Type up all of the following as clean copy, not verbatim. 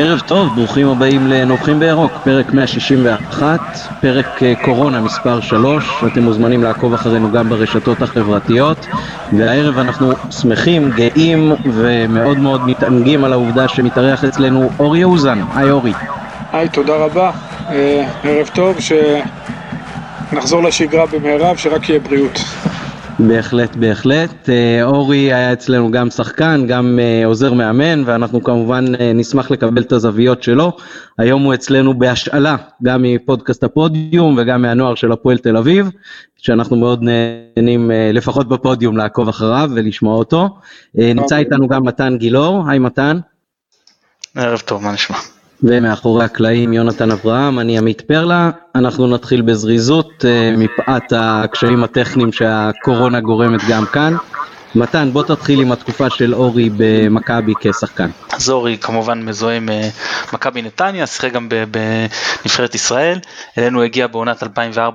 ערב טוב, ברוכים הבאים לנובחים בירוק, פרק 161, פרק קורונה מספר 3, אתם מוזמנים לעקוב אחרינו גם ברשתות החברתיות, והערב אנחנו שמחים, גאים ומאוד מאוד מתענגים על העובדה שמתארח אצלנו אורי אוזן. היי אורי. היי, תודה רבה, ערב טוב, שנחזור לשגרה במהרה ושרק יהיה בריאות. בהחלט. אורי היה אצלנו גם שחקן, גם עוזר מאמן, ואנחנו כמובן נשמח לקבל את הזוויות שלו. היום הוא אצלנו בהשאלה, גם מפודקאסט הפודיום וגם מהנוער של הפועל תל אביב, שאנחנו מאוד נהנים לפחות בפודיום לעקוב אחריו ולשמוע אותו. נמצא איתנו גם מתן גילור. היי מתן. ערב טוב, מה נשמע? ומאחורי הקלעים יונתן אברהם, אני עמית פרלה. אנחנו נתחיל בזריזות מפאת הקשיים הטכניים שהקורונה גורמת גם כאן. מתן, בוא תתחיל עם התקופה של אורי במכבי כשחקן. אז אורי כמובן מזוהה עם מכבי נתניה, שיחק גם בנבחרת ישראל, אלינו הגיע בעונת 2004-2005,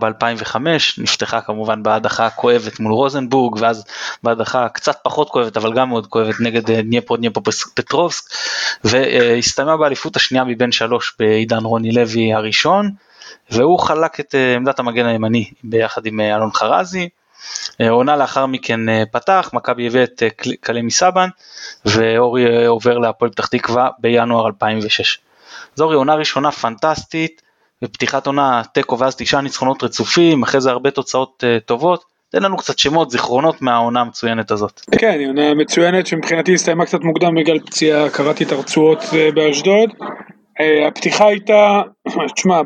נפתחה כמובן בהדחה כואבת מול רוזנבורג, ואז בהדחה קצת פחות כואבת, אבל גם מאוד כואבת נגד דניפרופטרובסק, והסתיימה באליפות השנייה מבין 3 בעידן רוני לוי הראשון, והוא חלק את עמדת המגן הימני ביחד עם אלון חרזי. עונה לאחר מכן פתח, מכבי הביא את קלה מסבן, ואורי עובר להפועל פתח תקווה בינואר 2006. זו אורי, עונה ראשונה פנטסטית, בפתיחת עונה תיקו ואז 9 ניצחונות רצופים, אחרי זה הרבה תוצאות טובות. תן לנו קצת שמות, זיכרונות מהעונה המצוינת הזאת. כן, היא עונה מצוינת שמבחינתי הסתיימה קצת מוקדם בגלל פציעה, קראתי את הרצועות באשדוד. הפתיחה הייתה, תשמע,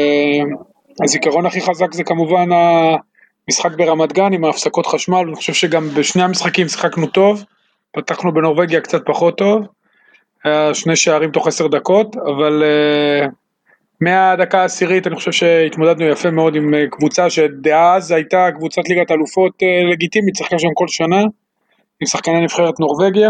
הזיכרון הכי חזק זה כמובן משחק ברמת גן עם ההפסקות חשמל. אני חושב שגם בשני המשחקים שיחקנו טוב, פתחנו בנורווגיה קצת פחות טוב, 2 שערים תוך 10 דקות, אבל מהדקה העשירית אני חושב שהתמודדנו יפה מאוד עם קבוצה שדאז הייתה קבוצת ליגת אלופות לגיטימית, שיחקה שם כל שנה, עם שחקני נבחרת נורווגיה,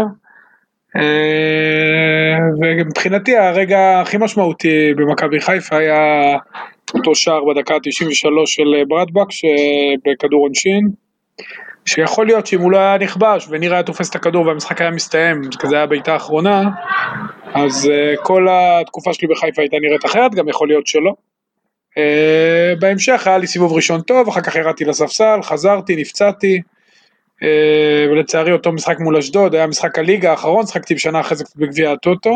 ומבחינתי הרגע הכי משמעותי במכבי חיפה היה אותו שער בדקה 93 של ברדבק בכדור עונשין, שיכול להיות שאם הוא לא היה נכבש וניר היה תופס את הכדור והמשחק היה מסתיים, כזה היה בעיטה האחרונה, אז כל התקופה שלי בחיפה הייתה נראית אחרת, גם יכול להיות שלא. בהמשך היה לי סיבוב ראשון טוב, אחר כך ירדתי לספסל, חזרתי, נפצעתי, ולצערי אותו משחק מול אשדוד, היה משחק הליגה האחרון, שחקתי בשנה אחרי זה בגביע הטוטו.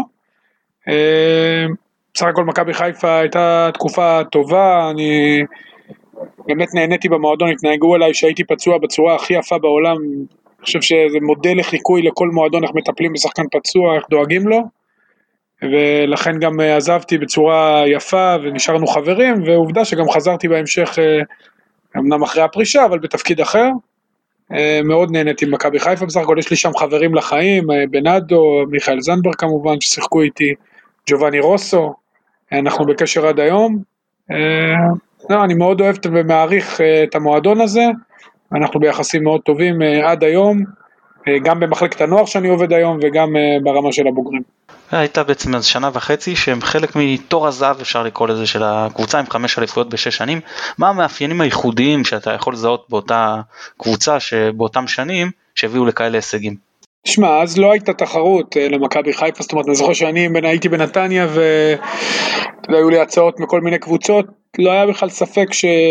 בסך הכל מכבי חיפה הייתה תקופה טובה, אני באמת נהניתי במועדון, התנהגו אליי שהייתי פצוע בצורה הכי יפה בעולם, אני חושב שזה מודל לחיקוי לכל מועדון, איך מטפלים בשחקן פצוע, איך דואגים לו, ולכן גם עזבתי בצורה יפה ונשארנו חברים, ועובדה שגם חזרתי בהמשך, אמנם אחרי הפרישה, אבל בתפקיד אחר. מאוד נהניתי עם מכבי חיפה, בסך הכל יש לי שם חברים לחיים, בנאדו, מיכאל זנברג כמובן ששיחקו איתי, ג'ובאני רוסו, אנחנו בקשר עד היום. אני מאוד אוהב ומעריך את המועדון הזה, אנחנו ביחסים מאוד טובים עד היום, גם במחלקת הנוער שאני עובד היום וגם ברמה של הבוגרים. הייתה בעצם אז 1.5 שנה שהם חלק מתור הזהב, אפשר לקרוא לזה, של הקבוצה עם 5 אליפויות ב6 שנים. מה המאפיינים הייחודיים שאתה יכול לזהות באותה קבוצה שבאותם שנים שהביאו לכאלה הישגים? תשמע, אז לא הייתה תחרות למכבי חיפה, זאת אומרת, אני זוכר שאני הייתי בנתניה והיו לי הצעות מכל מיני קבוצות, לא היה בכלל ספק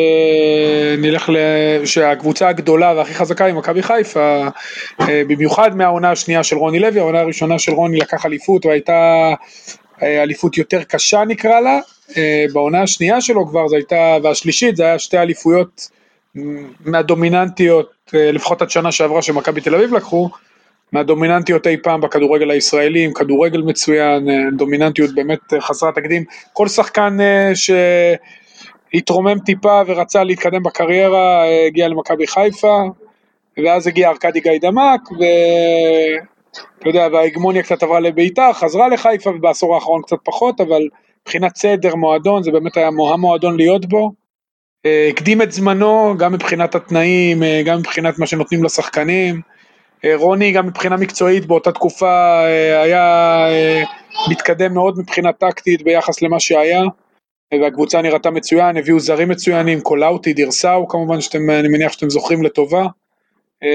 שהקבוצה הגדולה והכי חזקה היא מכבי חיפה, במיוחד מהעונה השנייה של רוני לוי. העונה הראשונה של רוני לקח אליפות, והייתה אליפות יותר קשה נקרא לה, בעונה השנייה שלו כבר זה הייתה, והשלישית זה היה 2 אליפויות מהדומיננטיות, לפחות עד שנה שעברה שמכבי תל אביב לקחו, מהדומיננטיות אי פעם בכדורגל הישראלי, עם כדורגל מצוין, דומיננטיות באמת חסרת תקדים. כל שחקן שהתרומם טיפה ורצה להתקדם בקריירה, הגיע למכבי חיפה, ואז הגיע ארקדי גיידמק, ואתה יודע, וההגמוניה קצת עברה לביתר, חזרה לחיפה, ובעשור האחרון קצת פחות, אבל מבחינת סדר מועדון, זה באמת היה המועדון להיות בו, הקדים את זמנו, גם מבחינת התנאים, גם מבחינת מה שנותנים לשחקנים. רוני גם מבחינה מקצועית באותה תקופה היה מתקדם מאוד מבחינה טקטית ביחס למה שהיה, והקבוצה נראתה מצוין, הביאו זרים מצוינים, קולאוטי, דירסאו כמובן, אני מניח שאתם זוכרים לטובה,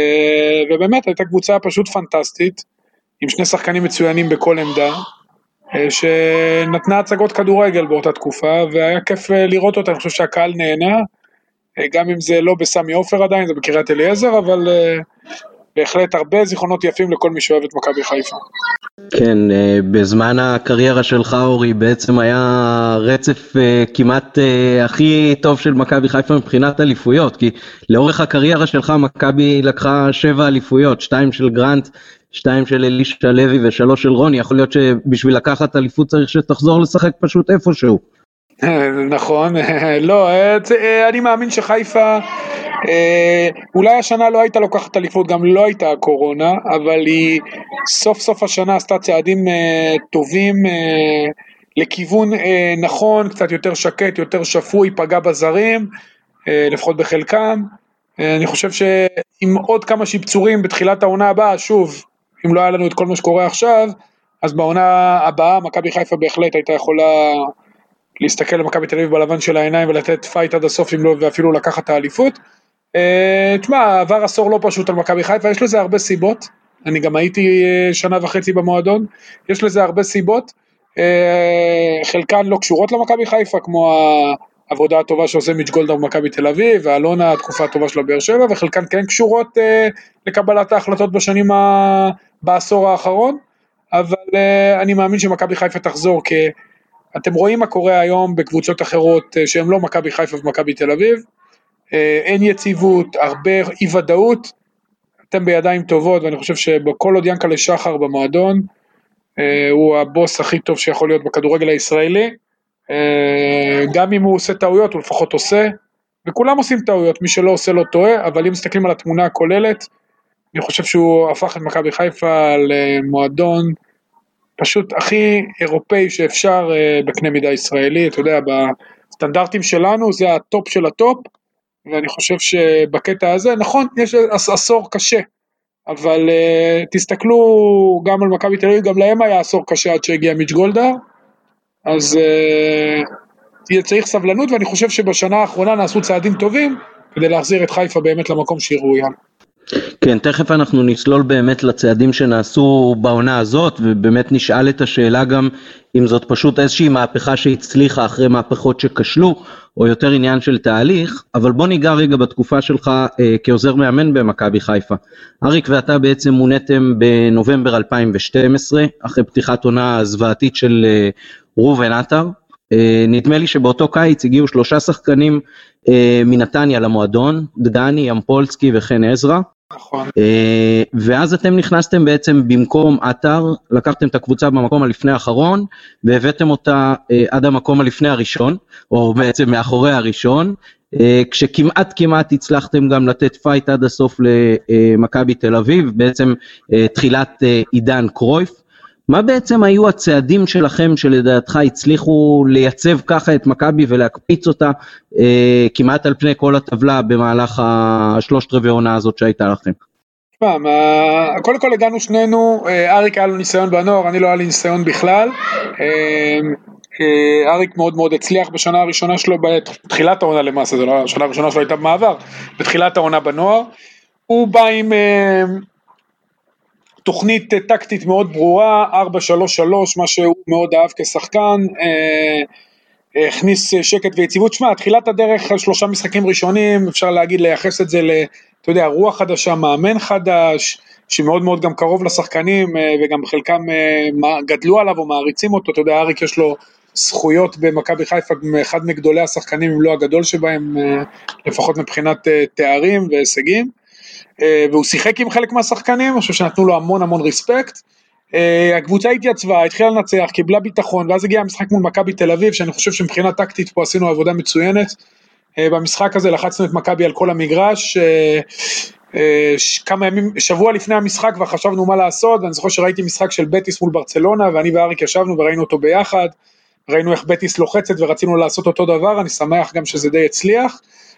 ובאמת הייתה קבוצה פשוט פנטסטית, עם 2 שחקנים מצוינים בכל עמדה, שנתנה הצגות כדורגל באותה תקופה, והיה כיף לראות אותה, אני חושב שהקהל נהנה, גם אם זה לא בסמי עופר עדיין, זה בקריית אליעזר, אבל בהחלט הרבה זיכרונות יפים לכל מי שאוהב את מכבי חיפה. כן, בזמן הקריירה שלך אורי בעצם היה רצף כמעט הכי טוב של מכבי חיפה מבחינת אליפויות, כי לאורך הקריירה שלך מכבי לקחה 7 אליפויות, 2 של גרנט, 2 של אלישע לוי ו3 של רוני, יכול להיות שבשביל לקחת אליפות צריך שתחזור לשחק פשוט איפשהו. נכון, לא, אני מאמין שחיפה, אולי השנה לא הייתה לוקחת אליפות, גם לא הייתה הקורונה, אבל היא סוף סוף השנה עשתה צעדים טובים לכיוון נכון, קצת יותר שקט, יותר שפוי, פגע בזרים, לפחות בחלקם. אני חושב שעם עוד כמה שיפצורים בתחילת העונה הבאה, שוב, אם לא היה לנו את כל מה שקורה עכשיו, אז בעונה הבאה מכבי חיפה בהחלט הייתה יכולה להסתכל למכבי תל אביב בלבן של העיניים ולתת פייט עד הסוף, אם לא, ואפילו לקחת את האליפות. תשמע, עבר עשור לא פשוט על מכבי חיפה, יש לזה הרבה סיבות, אני גם הייתי 1.5 שנה במועדון, יש לזה הרבה סיבות, חלקן לא קשורות למכבי חיפה, כמו העבודה הטובה שעושה מיץ' גולדהר במכבי תל אביב, ואלונה התקופה הטובה של באר שבע, וחלקן כן קשורות לקבלת ההחלטות בשנים בעשור האחרון, אבל אני מאמין שמכבי חיפה תחזור, כי אתם רואים מה קורה היום בקבוצות אחרות שהן לא מכבי חיפה ומכבי תל אביב, אין יציבות, הרבה אי ודאות, אתם בידיים טובות, ואני חושב שבכל עוד ינקלה שחר במועדון, הוא הבוס הכי טוב שיכול להיות בכדורגל הישראלי, גם אם הוא עושה טעויות, הוא לפחות עושה, וכולם עושים טעויות, מי שלא עושה לא טועה, אבל אם מסתכלים על התמונה הכוללת, אני חושב שהוא הפך את מכבי חיפה למועדון, פשוט הכי אירופאי שאפשר בקנה מידה ישראלי, אתה יודע, בסטנדרטים שלנו זה הטופ של הטופ, ואני חושב שבקטע הזה, נכון, יש עשור קשה, אבל תסתכלו גם על מכבי תל אביב, גם להם היה עשור קשה עד שהגיע מיץ' גולדהר, אז צריך סבלנות, ואני חושב שבשנה האחרונה נעשו צעדים טובים, כדי להחזיר את חיפה באמת למקום שהיא ראויה. כן, תכף אנחנו נסלול באמת לצעדים שנעשו בעונה הזאת, ובאמת נשאל את השאלה גם אם זאת פשוט איזושהי מהפכה שהצליחה אחרי מהפכות שכשלו, או יותר עניין של תהליך, אבל בוא ניגע רגע בתקופה שלך כעוזר מאמן במכבי חיפה. אריק ואתה בעצם מוניתם בנובמבר 2012, אחרי פתיחת עונה זוועתית של ראובן עטר, נדמה לי שבאותו קיץ הגיעו 3 שחקנים מנתניה למועדון, דגני, ימפולסקי וחן עזרא, נכון. ואז אתם נכנסתם בעצם במקום עטר, לקחתם את הקבוצה במקום הלפני האחרון, והבאתם אותה עד המקום הלפני הראשון, או בעצם מאחורי הראשון, כשכמעט הצלחתם גם לתת פייט עד הסוף למכבי תל אביב, בעצם תחילת עידן קרויף. מה בעצם היו הצעדים שלכם שלדעתך הצליחו לייצב ככה את מכבי ולהקפיץ אותה כמעט על פני כל הטבלה במהלך 3/4 עונה הזאת שהייתה לכם? קודם כל הגענו שנינו, אריק היה לו ניסיון בנוער, אני לא היה לי ניסיון בכלל, אריק מאוד מאוד הצליח בשנה הראשונה שלו, בתחילת העונה למעשה, זה לא השנה הראשונה שלו הייתה במעבר, בתחילת העונה בנוער, הוא בא עם תוכנית טקטית מאוד ברורה, 4-3-3, מה שהוא מאוד אהב כשחקן, הכניס שקט ויציבות. שמה, תחילת הדרך על 3 משחקים ראשונים, אפשר להגיד, לייחס את זה אתה יודע, רוח חדשה, מאמן חדש, שמאוד מאוד גם קרוב לשחקנים, וגם חלקם גדלו עליו או מעריצים אותו. אתה יודע, אריק יש לו זכויות במכבי חיפה, אחד מגדולי השחקנים, אם לא הגדול שבהם, לפחות מבחינת תארים והישגים. והוא שיחק עם חלק מהשחקנים, אני חושב שנתנו לו המון ריספקט, הקבוצה התייצבה, התחילה לנצח, קיבלה ביטחון, ואז הגיע המשחק מול מכבי תל אביב, שאני חושב שמבחינה טקטית פה עשינו עבודה מצוינת, במשחק הזה לחצנו את מכבי על כל המגרש, כמה ימים, שבוע לפני המשחק, וחשבנו מה לעשות, ואני זוכר שראיתי משחק של בטיס מול ברצלונה, ואני ואריק ישבנו וראינו אותו ביחד, ראינו איך בטיס לוחצת ורצינו לעשות אותו דבר, אני שמח גם שזה די הצליח,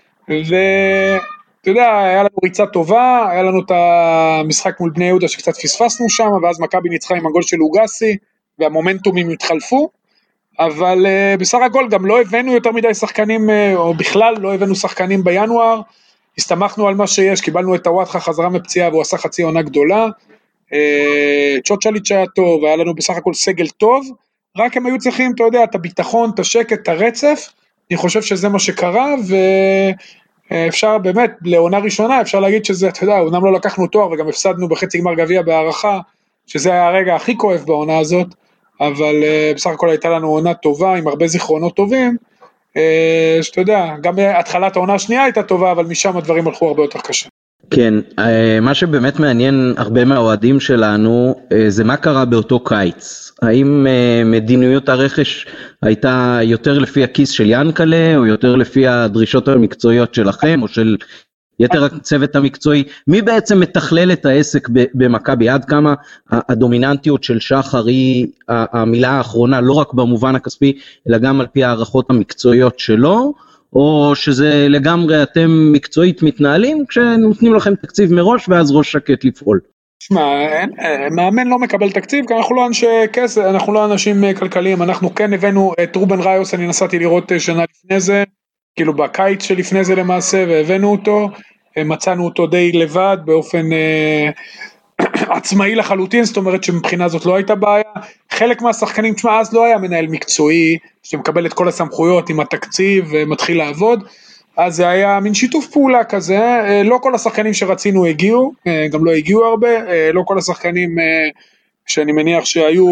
אתה יודע, היה לנו ריצה טובה, היה לנו את המשחק מול בני יהודה שקצת פספסנו שם, ואז מכבי ניצחה עם הגול של אוגסי, והמומנטומים התחלפו, אבל בסך הכל גם לא הבאנו יותר מדי שחקנים, או בכלל לא הבאנו שחקנים בינואר, הסתמכנו על מה שיש, קיבלנו את הוואטחה חזרה מפציעה, והוא עשה חצי עונה גדולה, צ'וצ'ליץ' היה טוב, היה לנו בסך הכל סגל טוב, רק הם היו צריכים, אתה יודע, את הביטחון, את השקט, את הרצף, אני חושב שזה מה שקרה, ואפשר באמת, לעונה ראשונה, אפשר להגיד שזה, אתה יודע, אומנם לא לקחנו תואר, וגם הפסדנו בחצי גמר גביע בהערכה, שזה היה הרגע הכי כואב בעונה הזאת, אבל בסך הכל הייתה לנו עונה טובה, עם הרבה זיכרונות טובים, שאתה יודע, גם התחלת העונה השנייה הייתה טובה, אבל משם הדברים הלכו הרבה יותר קשה. כן, מה שבאמת מעניין הרבה מהאוהדים שלנו, זה מה קרה באותו קיץ. האם מדיניות הרכש הייתה יותר לפי הכיס של ינקלה, או יותר לפי הדרישות המקצועיות שלכם, או של יתר הצוות המקצועי? מי בעצם מתכלל את העסק במכבי? עד כמה הדומיננטיות של שחר היא המילה האחרונה, לא רק במובן הכספי, אלא גם על פי הערכות המקצועיות שלו, או שזה לגמרי אתם מקצועית מתנהלים, כשנותנים לכם תקציב מראש, ואז ראש שקט לפעול? תשמע, מאמן לא מקבל תקציב, כי אנחנו לא אנשי כסף, אנחנו לא אנשים כלכליים, אנחנו כן הבאנו את רובן ראיוס, אני נסעתי לראות שנה לפני זה, כאילו בקיץ שלפני זה למעשה, והבאנו אותו, מצאנו אותו די לבד, באופן עצמאי לחלוטין, זאת אומרת שמבחינה זאת לא הייתה בעיה, חלק מהשחקנים, תשמע, אז לא היה מנהל מקצועי, שמקבל את כל הסמכויות עם התקציב, ומתחיל לעבוד, אז זה היה מין שיתוף פעולה כזה, לא כל השחקנים שרצינו הגיעו, גם לא הגיעו הרבה, לא כל השחקנים שאני מניח שהיו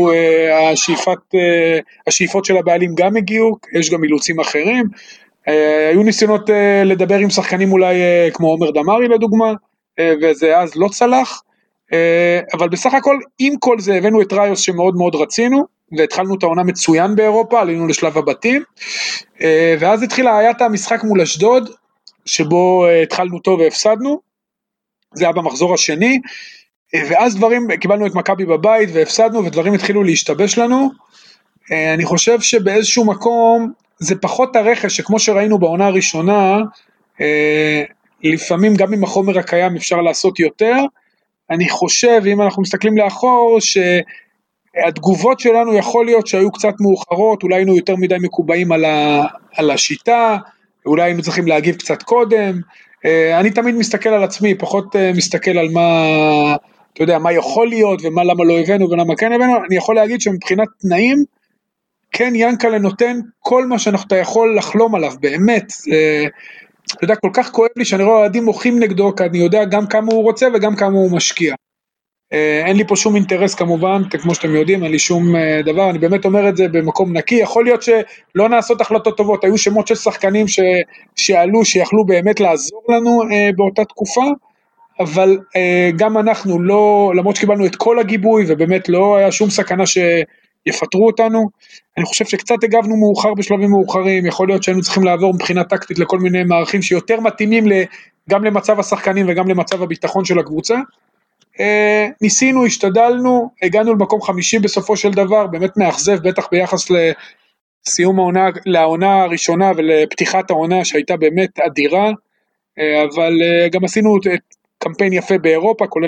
השאיפות של הבעלים גם הגיעו, יש גם אילוצים אחרים, היו ניסיונות לדבר עם שחקנים אולי כמו עומר דמרי לדוגמה, וזה אז לא צלח, אבל בסך הכל עם כל זה הבאנו את ראיוס שמאוד מאוד רצינו, והתחלנו את העונה מצוין באירופה, עלינו לשלב הבתים, ואז היה את המשחק מול אשדוד, שבו התחלנו טוב והפסדנו, זה היה במחזור השני, ואז קיבלנו את מכבי בבית והפסדנו, ודברים התחילו להשתבש לנו, אני חושב שבאיזשהו מקום, זה פחות הרכש, שכמו שראינו בעונה הראשונה, לפעמים גם עם החומר הקיים אפשר לעשות יותר, אני חושב, אם אנחנו מסתכלים לאחור, שהתגובות שלנו יכול להיות שהיו קצת מאוחרות, אולי היינו יותר מדי מקובעים על השיטה, אולי היינו צריכים להגיב קצת קודם, אני תמיד מסתכל על עצמי, פחות מסתכל על מה, אתה יודע, מה יכול להיות, למה לא הבאנו ולמה כן הבאנו, אני יכול להגיד שמבחינת תנאים, כן ינקלה נותן כל מה שאתה יכול לחלום עליו, באמת, אתה יודע, כל כך כואב לי שאני רואה אוהדים מוחים נגדו, כי אני יודע גם כמה הוא רוצה וגם כמה הוא משקיע. אין לי פה שום אינטרס כמובן, כמו שאתם יודעים, אין לי שום דבר, אני באמת אומר את זה במקום נקי, יכול להיות שלא נעשות החלטות טובות, היו שמות של שחקנים שעלו, שיכלו באמת לעזור לנו באותה תקופה, אבל גם אנחנו לא, למרות שקיבלנו את כל הגיבוי, ובאמת לא היה שום סכנה שיפטרו אותנו, אני חושב שקצת הגבנו מאוחר בשלבים מאוחרים, יכול להיות שהיינו צריכים לעבור מבחינה טקטית לכל מיני מערכים שיותר מתאימים גם למצב השחקנים וגם למצב הביטחון של הקבוצה, ניסינו, השתדלנו, הגענו למקום חמישי בסופו של דבר, באמת מאכזב, בטח ביחס לסיום העונה, לעונה הראשונה ולפתיחת העונה שהייתה באמת אדירה, אבל גם עשינו קמפיין יפה באירופה, כולל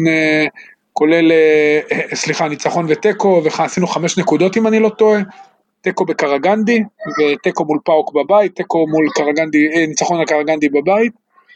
ניצחון וטקו, ועשינו 5 נקודות אם אני לא טועה, טקו בקרגנדי, וטקו מול פאוק בבית, טקו מול קרגנדי, ניצחון הקרגנדי בבית,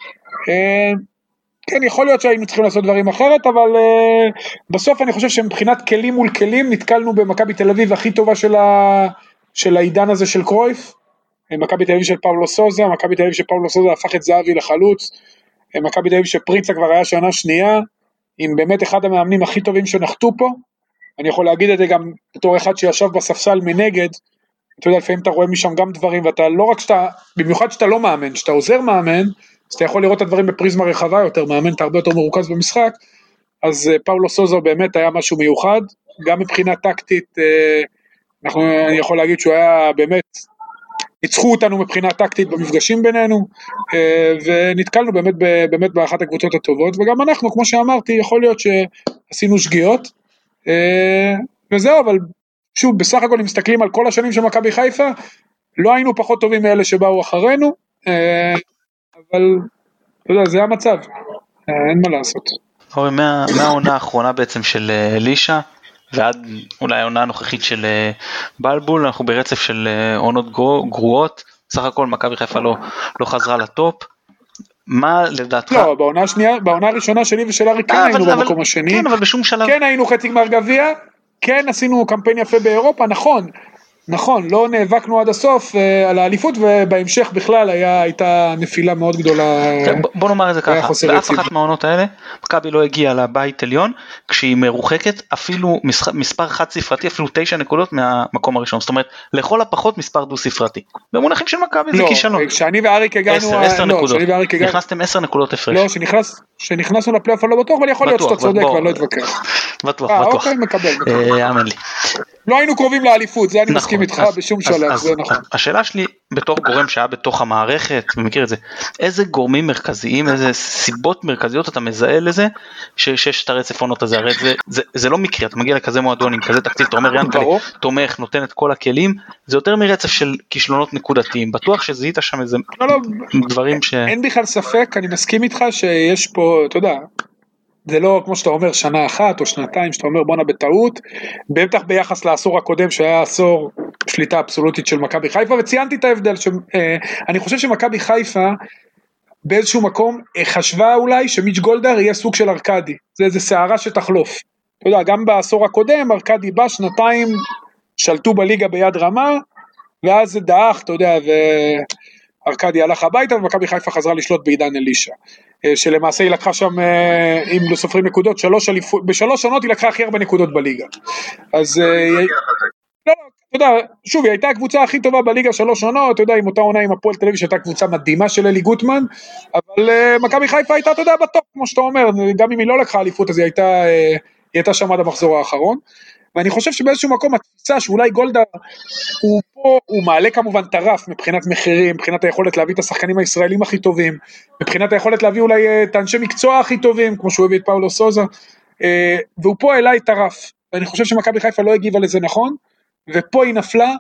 כן, יכול להיות שהיינו צריכים לעשות דברים אחרת, אבל בסוף אני חושב שמבחינת כלים מול כלים, נתקלנו במכבי תל אביב הכי טובה של העידן הזה של קרויף, מכבי תל אביב של פאולו סוזה, מכבי תל אביב שפאולו סוזה הפך את זהבי לחלוץ, מכבי תל אביב שפריצה כבר היה שנה שנייה, עם באמת אחד המאמנים הכי טובים שנחתו פה, אני יכול להגיד את זה גם בתור אחד שישב בספסל מנגד, אתה יודע, לפעמים אתה רואה משם גם דברים, ואתה לא רק במיוחד שאתה לא מאמן, שאתה עוזר מאמן, אז אתה יכול לראות את הדברים בפריזמה רחבה יותר, מאמן אתה הרבה יותר מרוכז במשחק, אז פאולו סוזה באמת היה משהו מיוחד, גם מבחינה טקטית, אני יכול להגיד שהוא היה באמת, ניצחו אותנו מבחינה טקטית במפגשים בינינו, ונתקלנו באמת באחת הקבוצות הטובות, וגם אנחנו, כמו שאמרתי, יכול להיות שעשינו שגיאות, וזהו, אבל שוב, בסך הכל, אם מסתכלים על כל השנים של מכבי חיפה, לא היינו פחות טובים מאלה שבאו אחרינו, אבל, אתה יודע, זה המצב, אין מה לעשות. אורי, מהעונה האחרונה בעצם של אלישה, ועד אולי העונה הנוכחית של בלבול, אנחנו ברצף של עונות גרועות, סך הכל מכבי חיפה לא חזרה לטופ, מה לדעתך? לא, בעונה הראשונה שלי ושל ארי כן היינו במקום השני, כן, אבל בשום שלב, כן היינו חצי גמר גביע, כן עשינו קמפיין יפה באירופה, נכון, לא נאבקנו עד הסוף על האליפות, ובהמשך בכלל הייתה נפילה מאוד גדולה. בוא נאמר את זה ככה, באף אחת מהעונות האלה, מכבי לא הגיעה לבית עליון, כשהיא מרוחקת אפילו מספר חד ספרתי, אפילו 9 נקודות מהמקום הראשון, זאת אומרת, לכל הפחות מספר דו ספרתי. במונחים של מכבי זה כישלון. לא, כשאני ואריק הגענו, 10 נקודות, נכנסתם 10 נקודות הפרש. לא, שנכנסנו לפלייאוף לא בטוח, אבל יכול להיות שאתה צודק ואני לא אתווכח. בטוח. אוקיי, מקבל. אמן לי. לא היינו קרובים לאליפות, זה אני מסכים איתך בשום שלב, זה נכון. השאלה שלי, בתור גורם שהיה בתוך המערכת, ומכיר את זה, איזה גורמים מרכזיים, איזה סיבות מרכזיות אתה מזהה לזה, שיש את הרצף עונות הזה, הרי זה לא מקרי, אתה מגיע לכזה מועדון עם כזה תקציב, אתה אומר ינקלה, תומך, נותן את כל הכלים, זה יותר מרצף של כישלונות נקודתיים, בטוח שזיהית שם איזה דברים ש... אין בכלל ספק, אני מסכים איתך שיש פה, אתה יודע, זה לא כמו שאתה אומר שנה אחת או שנתיים, שאתה אומר בונה בטעות, בטח ביחס לעשור הקודם שהיה עשור שליטה אבסולוטית של מכבי חיפה, וציינתי את ההבדל, אני חושב שמכבי חיפה באיזשהו מקום חשבה אולי שמיץ' גולדהר יהיה סוג של ארקדי, זה איזה שערה שתחלוף, אתה יודע, גם בעשור הקודם ארקדי בא שנתיים שלטו בליגה ביד רמה, ואז זה דאח, אתה יודע, ארקדי הלך הביתה, ומכבי חיפה חזרה לשלוט בעידן אלישע, שלמעשה היא לקחה שם, אם לא סופרים נקודות, בשלוש שנות היא לקחה הכי הרבה נקודות בליגה. אז, לא, אתה יודע, שוב, היא הייתה הקבוצה הכי טובה בליגה 3 עונות, אתה יודע, עם אותה עונה עם הפועל תל אביב, שהייתה קבוצה מדהימה של אלי גוטמן, אבל מכבי חיפה הייתה, אתה יודע, בטופ, כמו שאתה אומר, גם אם היא לא לקחה אליפות, אז היא הייתה שם עד המחזור האחרון, ואני חושב שבאיזשהו מקום התפיסה שאולי גולדהר הוא פה, הוא מעלה כמובן טרף מבחינת מחירים, מבחינת היכולת להביא את השחקנים הישראלים הכי טובים, מבחינת היכולת להביא אולי את האנשי מקצוע הכי טובים, כמו שהוא הביא את פאולו סוזה, והוא פה אליי טרף, ואני חושב שמכבי חיפה לא הגיבה לזה נכון, ופה היא נפלה,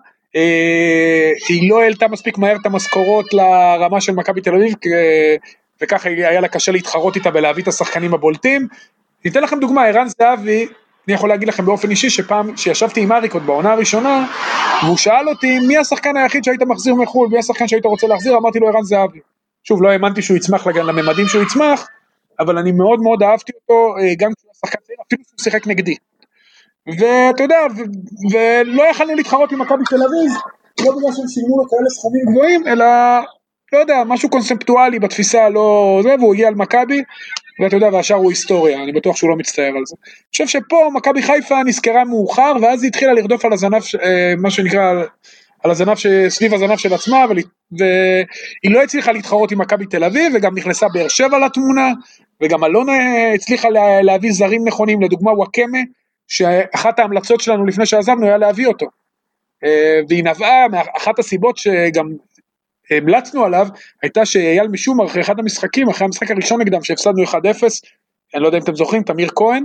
היא לא העלתה מספיק מהר את המשכורות לרמה של מכבי תל אביב, וככה היה לה קשה להתחרות איתה בלהביא את השחקנים הבולטים. ניתן לכם דוגמה, ערן זהבי, אני יכול להגיד לכם באופן אישי, שפעם שישבתי עם אריק עוד בעונה הראשונה, והוא שאל אותי, מי השחקן היחיד שהיית מחזיר מחול, מי השחקן שהיית רוצה להחזיר, אמרתי לו ערן זהבי. שוב, לא האמנתי שהוא יצמח לממדים שהוא יצמח, אבל אני מאוד מאוד אהבתי אותו, גם כשהוא השחקן צעיר, אפילו שהוא שיחק נגדי. ואתה יודע, ולא יכלנו להתחרות עם מכבי תל אביב, לא בגלל שהם שילמו לו כאלה סכומים גבוהים, אלא, לא יודע, משהו קונספטואלי בתפיסה, לא זה, והוא הגיע על מכבי, ואתה יודע, והשאר הוא היסטוריה, אני בטוח שהוא לא מצטער על זה. אני חושב שפה מכבי חיפה נזכרה מאוחר, ואז היא התחילה לרדוף על הזנב, מה שנקרא, על הזנב סביב הזנב של עצמה, והיא לא הצליחה להתחרות עם מכבי תל אביב, וגם נכנסה באר שבע לתמונה, וגם אלונה הצליחה להביא זרים נכונים, לדוגמה וואקמה, שאחת ההמלצות שלנו לפני שעזבנו היה להביא אותו, והיא נבעה מאחת הסיבות שגם המלצנו עליו, הייתה שאייל משומר אחרי אחד המשחקים, אחרי המשחק הראשון נגדם שהפסדנו 1-0, אני לא יודע אם אתם זוכרים, תמיר כהן,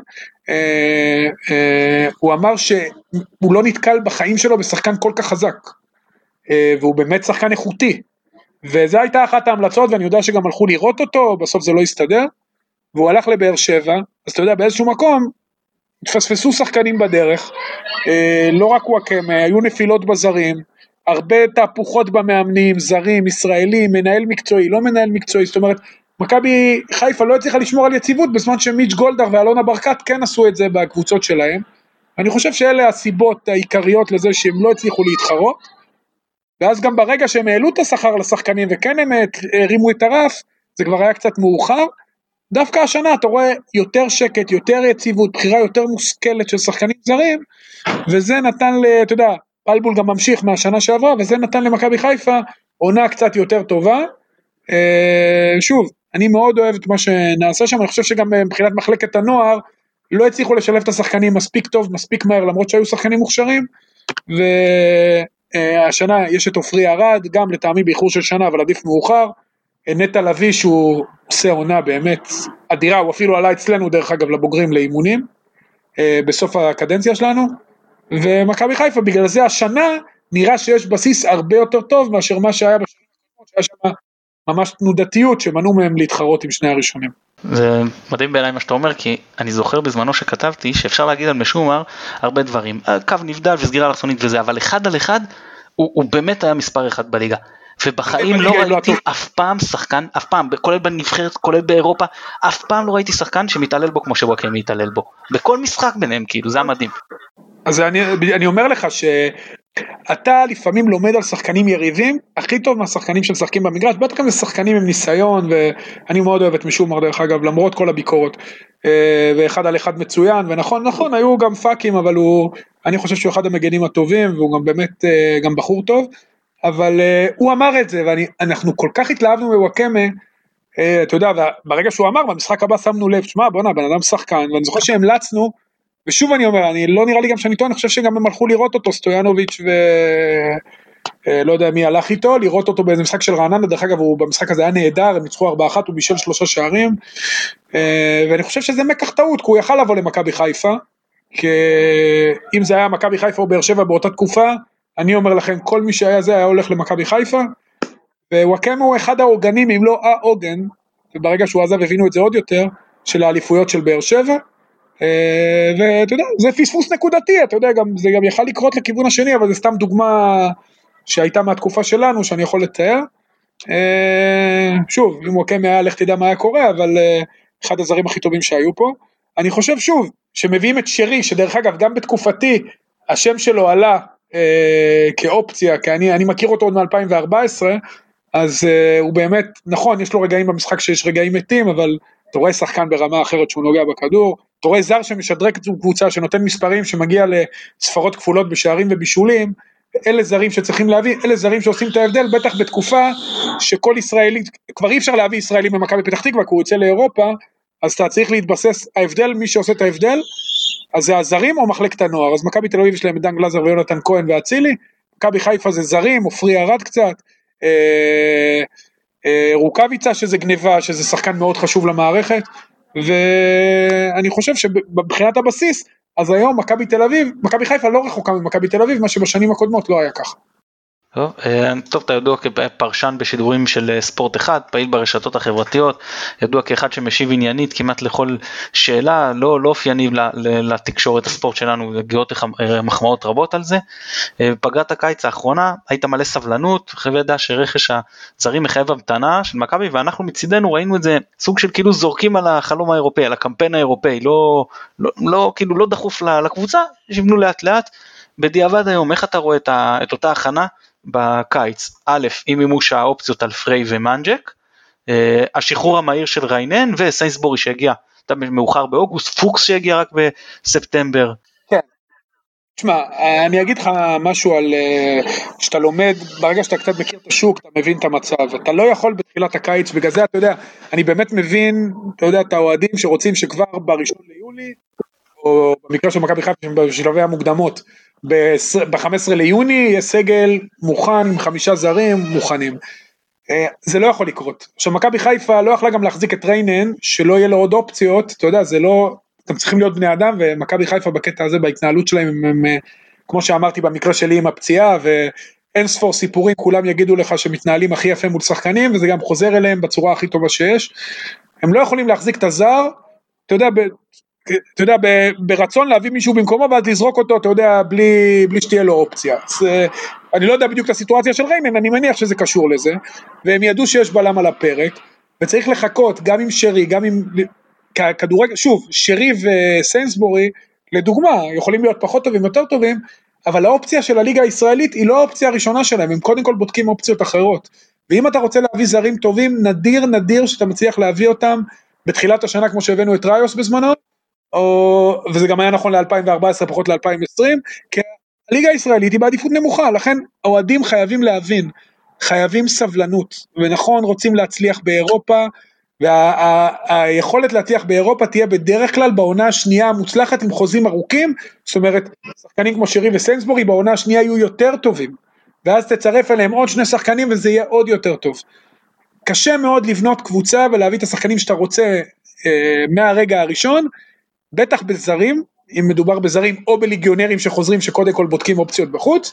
הוא אמר שהוא לא נתקל בחיים שלו בשחקן כל כך חזק, והוא באמת שחקן איכותי, וזו הייתה אחת ההמלצות, ואני יודע שגם הלכו לראות אותו, בסוף זה לא הסתדר, והוא הלך לבאר שבע, אז אתה יודע באיזשהו מקום, התפספסו שחקנים בדרך, לא רק וואקמה, היו נפילות בזרים, הרבה תהפוכות במאמנים, זרים, ישראלים, מנהל מקצועי, לא מנהל מקצועי, זאת אומרת, מכבי חיפה לא הצליחה לשמור על יציבות, בזמן שמיץ' גולדהר ואלונה ברקת כן עשו את זה בקבוצות שלהם, אני חושב שאלה הסיבות העיקריות לזה שהם לא הצליחו להתחרות, ואז גם ברגע שהם העלו את השכר לשחקנים, וכן הם הרימו את הרף, זה כבר היה קצת מאוחר, דווקא השנה אתה רואה יותר שקט, יותר יציבות, בחירה יותר מושכלת של שחקנים זרים, וזה נתן, אתה יודע, פלבול גם ממשיך מהשנה שעברה, וזה נתן למכבי חיפה עונה קצת יותר טובה. שוב, אני מאוד אוהב את מה שנעשה שם, אני חושב שגם מבחינת מחלקת הנוער, לא הצליחו לשלב את השחקנים מספיק טוב, מספיק מהר, למרות שהיו שחקנים מוכשרים, והשנה יש את אופרי ארד, גם לטעמי באיחור של שנה, אבל עדיף מאוחר, נטע לוי שהוא עושה עונה באמת אדירה, הוא אפילו עלה אצלנו דרך אגב לבוגרים לאימונים, בסוף הקדנציה שלנו, ומכבי חיפה בגלל זה השנה נראה שיש בסיס הרבה יותר טוב מאשר מה שהיה בשנים הקודמות, שהיה שם ממש תנודתיות שמנעו מהם להתחרות עם שני הראשונים. זה מדהים בעיניי מה שאתה אומר, כי אני זוכר בזמנו שכתבתי שאפשר להגיד על משומר הרבה דברים, קו נבדל וסגירה אלכסונית וזה, אבל אחד על אחד הוא באמת היה מספר אחד בליגה, ובחיים לא ראיתי אף פעם שחקן, אף פעם, כולל בנבחרת, כולל באירופה, אף פעם לא ראיתי שחקן שמתעלל בו כמו שוואקמה מתעלל בו, בכל משחק ביניהם כאילו, זה המדהים. אז אני אומר לך שאתה לפעמים לומד על שחקנים יריבים, הכי טוב מהשחקנים שמשחקים במגרש, בטח גם שחקנים עם ניסיון, ואני מאוד אוהב את משומר דרך אגב, למרות כל הביקורת, ואחד על אחד מצוין, ונכון, היו גם פאקים, אבל אני חושב שהוא אחד המגנים הטובים, והוא גם באמת גם בחור טוב, אבל הוא אמר את זה, ואנחנו כל כך התלהבנו מוואקמה, אתה יודע, ברגע שהוא אמר, במשחק הבא שמנו לב, שמה, בוא נה, בן אדם שחקן, ואני זוכר שהמלצנו, ושוב אני אומר, אני לא נראה לי גם שאני טועה, אני חושב שגם הם הלכו לראות אותו, סטויאנוביץ' לא יודע מי הלך איתו, לראות אותו באיזה משחק של רעננה, דרך אגב, הוא במשחק הזה היה נהדר, הם ניצחו 4-1, הוא בישל 3 שערים, ואני חושב שזה מקח טעות, כי הוא יכל לבוא למכבי חיפה, כי אם זה היה מכבי חיפה או באר שבע באותה תקופה, אני אומר לכם, כל מי שהיה זה היה הולך למכבי חיפה, ווואקמה הוא אחד העוגנים, אם לא העוגן, וברגע שהוא עזב הבינו את זה עוד יותר, של האליפויות של באר שבע, ואתה יודע, זה פספוס נקודתי, אתה יודע, זה גם יכל לקרות לכיוון השני, אבל זה סתם דוגמה שהייתה מהתקופה שלנו, שאני יכול לתאר. שוב, אם וואקמה היה, לך תדע מה היה קורה, אבל אחד הזרים הכי טובים שהיו פה. אני חושב שוב, שמביאים את שרי, שדרך אגב, גם בתקופתי, השם שלו עלה כאופציה, כי אני מכיר אותו עוד מ-2014, אז הוא באמת, נכון, יש לו רגעים במשחק שיש רגעים מתים, אבל אתה רואה שחקן ברמה אחרת שהוא נוגע בכדור, אתה רואה זר שמשדרק קבוצה, שנותן מספרים, שמגיע לספרות כפולות בשערים ובישולים, אלה זרים שצריכים להביא, אלה זרים שעושים את ההבדל, בטח בתקופה שכל ישראלי, כבר אי אפשר להביא ישראלים במכבי פתח תקווה, כי הוא יוצא לאירופה, אז אתה צריך להתבסס, ההבדל, מי שעושה את ההבדל, אז זה הזרים או מחלקת הנוער, אז מכבי תל אביב יש להם דן גלזר ויונתן כהן ואצילי, מכבי חיפה זה זרים, עופרי ארד קצת, רוקביצה שזה גניבה, שזה שחקן מאוד חשוב למערכת, ואני חושב שבבחינת הבסיס, אז היום מכבי חיפה לא רחוקה ממכבי תל אביב, מה שבשנים הקודמות לא היה ככה. טוב, אתה ידוע כפרשן בשידורים של ספורט אחד, פעיל ברשתות החברתיות, ידוע כאחד שמשיב עניינית כמעט לכל שאלה, לא אופייני לתקשורת הספורט שלנו, גאות מחמאות רבות על זה. פגרת הקיץ האחרונה, היית מלא סבלנות, חייב ידע שרכש הזרים מחייב המתנה של מכבי, ואנחנו מצידנו ראינו את זה, סוג של כאילו זורקים על החלום האירופאי, על הקמפיין האירופאי, כאילו לא דחוף לקבוצה, שיבנו לאט לאט. בדיעבד היום, איך אתה רואה את אותה הכנה בקיץ? א', עם מימוש האופציות על פריי ומנג'ק, השחרור המהיר של ריינן, וסיינסבורי שהגיע מאוחר באוגוסט, פוקס שהגיע רק בספטמבר. כן, תשמע, אני אגיד לך משהו על, שאתה לומד, ברגע שאתה קצת מכיר את השוק, אתה מבין את המצב, אתה לא יכול בתחילת הקיץ, בגלל זה אתה יודע, אני באמת מבין, אתה יודע, את האוהדים שרוצים שכבר בראשון ליולי, או במקרה של מכבי חיפה בשלבי המוקדמות, ב-15 ליוני יש סגל מוכן עם 5 זרים מוכנים. זה לא יכול לקרות. עכשיו מכבי חיפה לא יכלה גם להחזיק את ריינן, שלא יהיה לו עוד אופציות, אתה יודע, זה לא, אתם צריכים להיות בני אדם, ומכבי חיפה בקטע הזה, בהתנהלות שלהם, הם, כמו שאמרתי במקרה שלי עם הפציעה, ואין ספור סיפורים, כולם יגידו לך שמתנהלים הכי יפה מול שחקנים, וזה גם חוזר אליהם בצורה הכי טובה שיש. הם לא יכולים להחזיק את הזר, אתה יודע, ברצון להביא מישהו במקומו, ואז לזרוק אותו, אתה יודע, בלי שתהיה לו אופציה. אז, אני לא יודע בדיוק את הסיטואציה של ריינן, אני מניח שזה קשור לזה, והם ידעו שיש בלם על הפרק, וצריך לחכות גם עם שרי, גם עם כדורגל, שוב, שרי וסיינסבורי, לדוגמה, יכולים להיות פחות טובים, יותר טובים, אבל האופציה של הליגה הישראלית, היא לא האופציה הראשונה שלהם, הם קודם כל בודקים אופציות אחרות, ואם אתה רוצה להביא זרים טובים, נדיר שאתה מצליח להביא אותם, בתחילת השנה, כמו שהבאנו את ראיוס בזמנו, וזה גם היה נכון ל-2014 פחות ל-2020, כי הליגה הישראלית היא בעדיפות נמוכה, לכן האוהדים חייבים להבין, חייבים סבלנות, ונכון רוצים להצליח באירופה, והיכולת להצליח באירופה תהיה בדרך כלל בעונה השנייה המוצלחת עם חוזים ארוכים, זאת אומרת, שחקנים כמו שרי וסיינסבורי בעונה השנייה יהיו יותר טובים, ואז תצרף אליהם עוד 2 שחקנים וזה יהיה עוד יותר טוב. קשה מאוד לבנות קבוצה ולהביא את השחקנים שאתה רוצה מהרגע הראשון, בטח בזרים, אם מדובר בזרים או בליגיונרים שחוזרים שקודם כל בודקים אופציות בחוץ,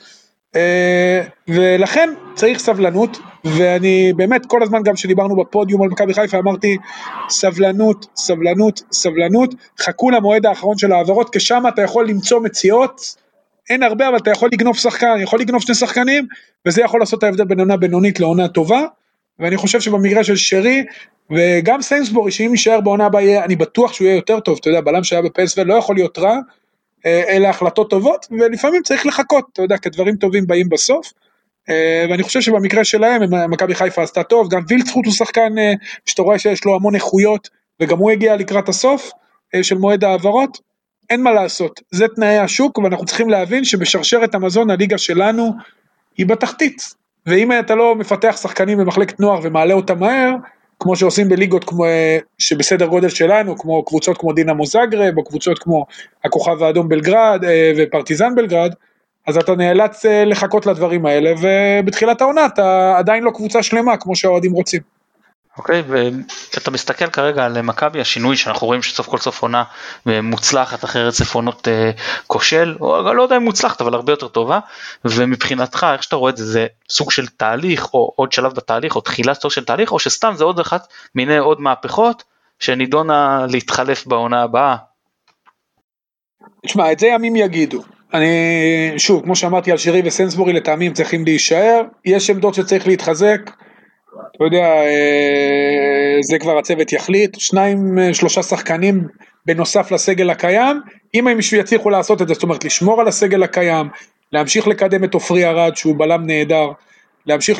ולכן צריך סבלנות, ואני באמת כל הזמן גם שדיברנו בפודיום על מכבי חיפה אמרתי סבלנות, סבלנות, סבלנות, חכו למועד האחרון של העברות, כי שם אתה יכול למצוא מציאות, אין הרבה אבל אתה יכול לגנוב שחקן, יכול לגנוב 2 שחקנים, וזה יכול לעשות את ההבדל בין עונה בינונית לעונה טובה, ואני חושב שבמקרה של שרי, וגם סיינסבורי, שאם יישאר בעונה הבאה, אני בטוח שהוא יהיה יותר טוב, אתה יודע, בלם שהיה בפסו לא יכול להיות רע, אלה החלטות טובות, ולפעמים צריך לחכות, אתה יודע, כדברים טובים באים בסוף, ואני חושב שבמקרה שלהם, מכבי חיפה עשתה טוב, גם וילצחוט הוא שחקן שאתה רואה שיש לו המון איכויות, וגם הוא הגיע לקראת הסוף של מועד העברות, אין מה לעשות, זה תנאי השוק, ואנחנו צריכים להבין שבשרשרת המזון הליגה שלנו היא בתחתית, ואם אתה לא מפתח שחקנים במחלקת נוער ומעלה אותם מהר, כמו שעושים בליגות שבסדר גודל שלנו, כמו קבוצות כמו דינמו זאגרב, או קבוצות כמו הכוכב האדום בלגרד ופרטיזן בלגרד, אז אתה נאלץ לחכות לדברים האלה, ובתחילת העונה אתה עדיין לא קבוצה שלמה, כמו שהאוהדים רוצים. אוקיי, ואתה מסתכל כרגע על מכבי, השינוי שאנחנו רואים שסוף כל סוף עונה מוצלחת אחרי רצף עונות כושל, או לא יודע אם מוצלחת, אבל הרבה יותר טובה, ומבחינתך, איך שאתה רואה את זה, זה סוג של תהליך, או עוד שלב בתהליך, או תחילת סוף של תהליך, או שסתם זה עוד אחת מיני עוד מהפכות, שנידונה להתחלף בעונה הבאה? תשמע, את זה ימים יגידו. אני, שוב, כמו שאמרתי על שירי וסנסבורי, לטעמים צריכים להישאר, יש עמדות שצריך להתחזק, אתה יודע, זה כבר הצוות יחליט, 2-3 שחקנים בנוסף לסגל הקיים, אם הם יצליחו לעשות את זה, זאת אומרת, לשמור על הסגל הקיים, להמשיך לקדם את אופרי ארד, שהוא בלם נהדר, להמשיך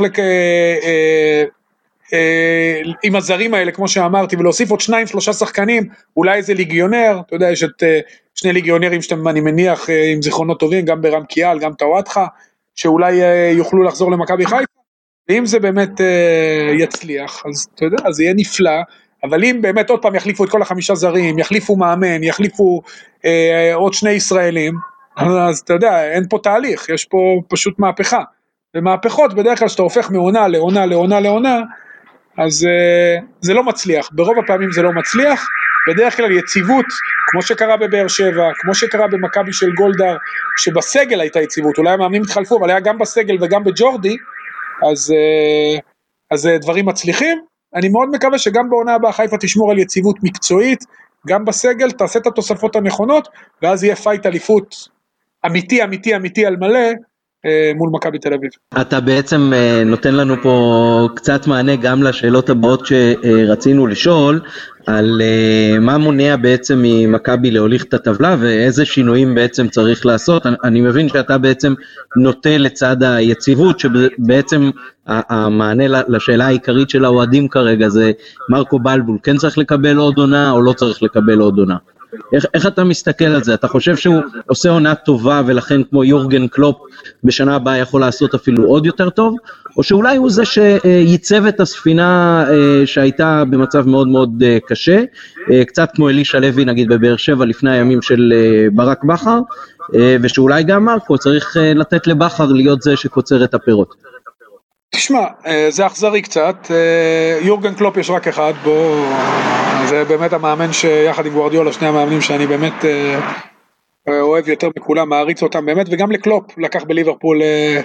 עם הזרים האלה, כמו שאמרתי, ולהוסיף עוד 2-3 שחקנים, אולי איזה ליגיונר, אתה יודע, יש את 2 ליגיונרים שאתם, אני מניח, עם זיכרונות טובים, גם ברם קיאל, גם טוואטחה, שאולי יוכלו לחזור למכבי חיפה, ואם זה באמת יצליח, אז אתה יודע, אז יהיה נפלא, אבל אם באמת עוד פעם יחליפו את כל 5 זרים, יחליפו מאמן, יחליפו עוד 2 ישראלים, אז אתה יודע, אין פה תהליך, יש פה פשוט מהפכה, ומהפכות בדרך כלל שאתה הופך מעונה לעונה לעונה לעונה, אז זה לא מצליח, ברוב הפעמים זה לא מצליח, בדרך כלל יציבות, כמו שקרה בבאר שבע, כמו שקרה במכבי של גולדהר, שבסגל הייתה יציבות, אולי המאמנים התחלפו, אבל היה גם בסגל וגם בג'ורדי, אז דברים מצליחים, אני מאוד מקווה שגם בעונה הבאה חיפה תשמור על יציבות מקצועית, גם בסגל תעשה את התוספות הנכונות, ואז יהיה פייט אליפות אמיתי אמיתי אמיתי על מלא, מול מכבי תל אביב. אתה בעצם נותן לנו פה קצת מענה גם לשאלות הבאות שרצינו לשאול, על מה מונע בעצם ממכבי להוליך את הטבלה, ואיזה שינויים בעצם צריך לעשות. אני מבין שאתה בעצם נוטה לצד היציבות, שבעצם המענה לשאלה העיקרית של האוהדים כרגע, זה מרקו בלבול, כן צריך לקבל עוד עונה, או לא צריך לקבל עוד עונה? איך אתה מסתכל על זה? אתה חושב שהוא עושה עונה טובה, ולכן כמו יורגן קלופ בשנה הבאה יכול לעשות אפילו עוד יותר טוב, או שאולי הוא זה שייצב את הספינה שהייתה במצב מאוד מאוד קשה, קצת כמו אלישע לוי נגיד בבאר שבע לפני הימים של ברק בכר, ושאולי גם מרקו צריך לתת לבכר להיות זה שקוצר את הפירות. תשמע, זה אכזרי קצת, יורגן קלופ יש רק אחד, זה באמת המאמן שיחד עם גוארדיולה, 2 המאמנים שאני באמת אוהב יותר מכולם, מעריץ אותם באמת, וגם לקלופ לקח בליברפול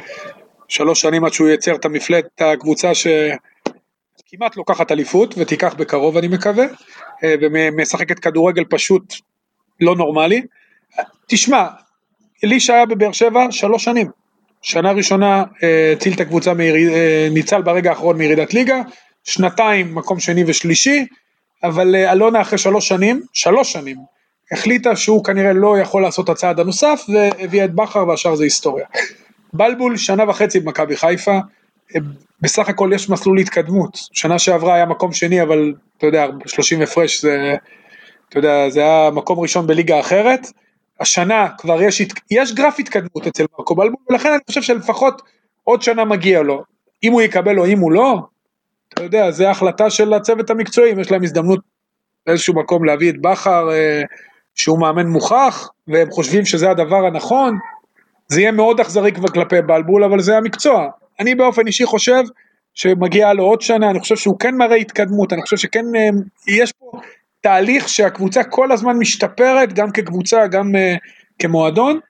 3 שנים עד שהוא ייצר את המפלט, הקבוצה שכמעט לוקחת אליפות, ותיקח בקרוב אני מקווה, ומשחקת כדורגל פשוט לא נורמלי. תשמע, אלישע היה בבאר שבע 3 שנים, שנה ראשונה הציל את הקבוצה, ניצל ברגע האחרון מירידת ליגה, 2 מקום שני ושלישי, אבל אלונה אחרי 3 שנים, החליטה שהוא כנראה לא יכול לעשות את הצעד הנוסף, והביא את בכר והשאר זה היסטוריה. בלבול 1.5 שנה במכבי חיפה, בסך הכל יש מסלול התקדמות, שנה שעברה היה מקום שני, אבל אתה יודע, 30 הפרש, אתה יודע, זה היה מקום ראשון בליגה אחרת, השנה כבר יש גרף התקדמות אצל מרקו בלבול, ולכן אני חושב שלפחות עוד שנה מגיע לו, אם הוא יקבל או אם הוא לא, אתה יודע, זה ההחלטה של הצוות המקצועי, אם יש להם הזדמנות באיזשהו מקום להביא את בכר, שהוא מאמן מוכח, והם חושבים שזה הדבר הנכון, זה יהיה מאוד אכזרי כבר כלפי בלבול, אבל זה המקצוע. אני באופן אישי חושב שמגיע לו עוד שנה, אני חושב שהוא כן מראה התקדמות, אני חושב שכן יש פה תהליך שהקבוצה כל הזמן משתפרת, גם כקבוצה, גם כמועדון,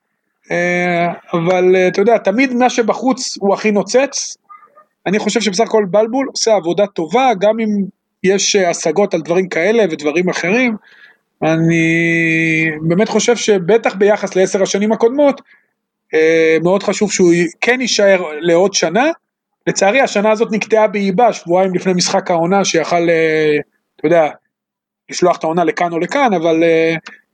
אבל אתה יודע, תמיד מה שבחוץ הוא הכי נוצץ, אני חושב שבסך הכל בלבול עושה עבודה טובה, גם אם יש השגות על דברים כאלה ודברים אחרים, אני באמת חושב שבטח ביחס ל10 השנים הקודמות, מאוד חשוב שהוא כן יישאר לעוד שנה, לצערי השנה הזאת נקטעה באיבה, שבועיים לפני משחק העונה, שיכל, אתה יודע, לשלוח את העונה לכאן או לכאן, אבל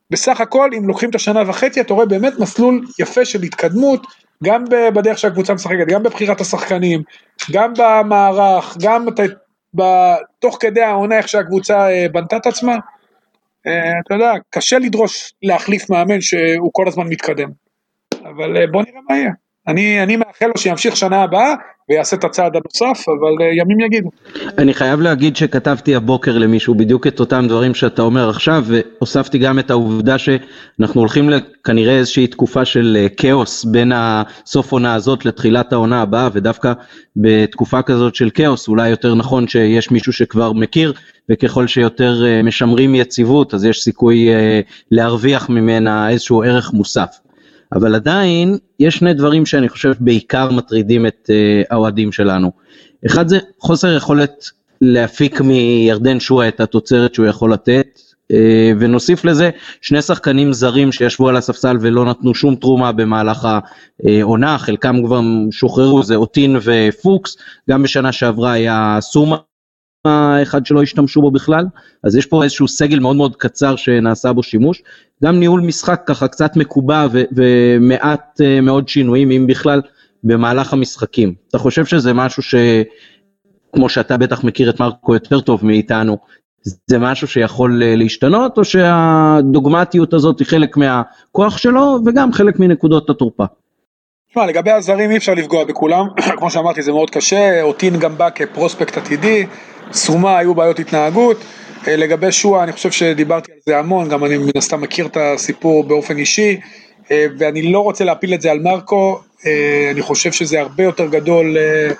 בסך הכל, אם לוקחים את השנה וחצי, אתה רואה באמת מסלול יפה של התקדמות, גם בדרך שהקבוצה משחקת, גם בבחירת השחקנים, גם במערך, גם תוך כדי העונה איך שהקבוצה בנתה את עצמה, אתה יודע, קשה לדרוש להחליף מאמן שהוא כל הזמן מתקדם, אבל בוא נראה מה יהיה. אני מאחל לו שימשיך שנה הבאה, ויעשה את הצעד הנוסף, אבל ימים יגידו. אני חייב להגיד שכתבתי הבוקר למישהו בדיוק את אותם דברים שאתה אומר עכשיו, והוספתי גם את העובדה שאנחנו הולכים כנראה איזושהי תקופה של כאוס, בין הסוף עונה הזאת לתחילת העונה הבאה, ודווקא בתקופה כזאת של כאוס, אולי יותר נכון שיש מישהו שכבר מכיר, וככל שיותר משמרים יציבות, אז יש סיכוי להרוויח ממנה איזשהו ערך מוסף. אבל עדיין יש שני דברים שאני חושב בעיקר מטרידים את האוהדים שלנו. אחד זה חוסר יכולת להפיק מירדן שועה את התוצרת שהוא יכול לתת, ונוסיף לזה שני שחקנים זרים שישבו על הספסל ולא נתנו שום תרומה במהלך העונה, חלקם כבר שוחררו, זה אוטין ופוקס, גם בשנה שעברה היה סומה, אחד שלא השתמשו בו בכלל, אז יש פה איזשהו סגל מאוד מאוד קצר שנעשה בו שימוש, גם ניהול משחק ככה קצת מקובע ומעט מאוד שינויים, אם בכלל במהלך המשחקים. אתה חושב שזה משהו כמו שאתה בטח מכיר את מרקו יותר טוב מאיתנו, זה משהו שיכול להשתנות, או שהדוגמטיות הזאת היא חלק מהכוח שלו, וגם חלק מנקודות התורפה? לגבי הזרים אי אפשר לפגוע בכולם, כמו שאמרתי זה מאוד קשה, אוטין גם בא כפרוספקט עתידי, סומה היו בעיות התנהגות, לגבי שואה אני חושב שדיברתי על זה המון, גם אני מן הסתם מכיר את הסיפור באופן אישי, ואני לא רוצה להפיל את זה על מרקו, אני חושב שזה הרבה יותר גדול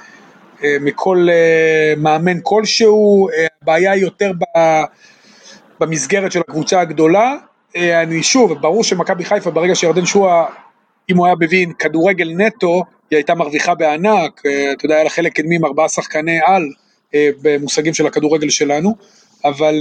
מכל מאמן כלשהו, הבעיה היא יותר במסגרת של הקבוצה הגדולה, אני שוב, ברור שמכבי חיפה ברגע שירדן שואה, אם הוא היה מבין כדורגל נטו, היא הייתה מרוויחה בענק, אתה יודע, היה לה חלק קדמי עם 4 שחקני על, במושגים של הכדורגל שלנו, אבל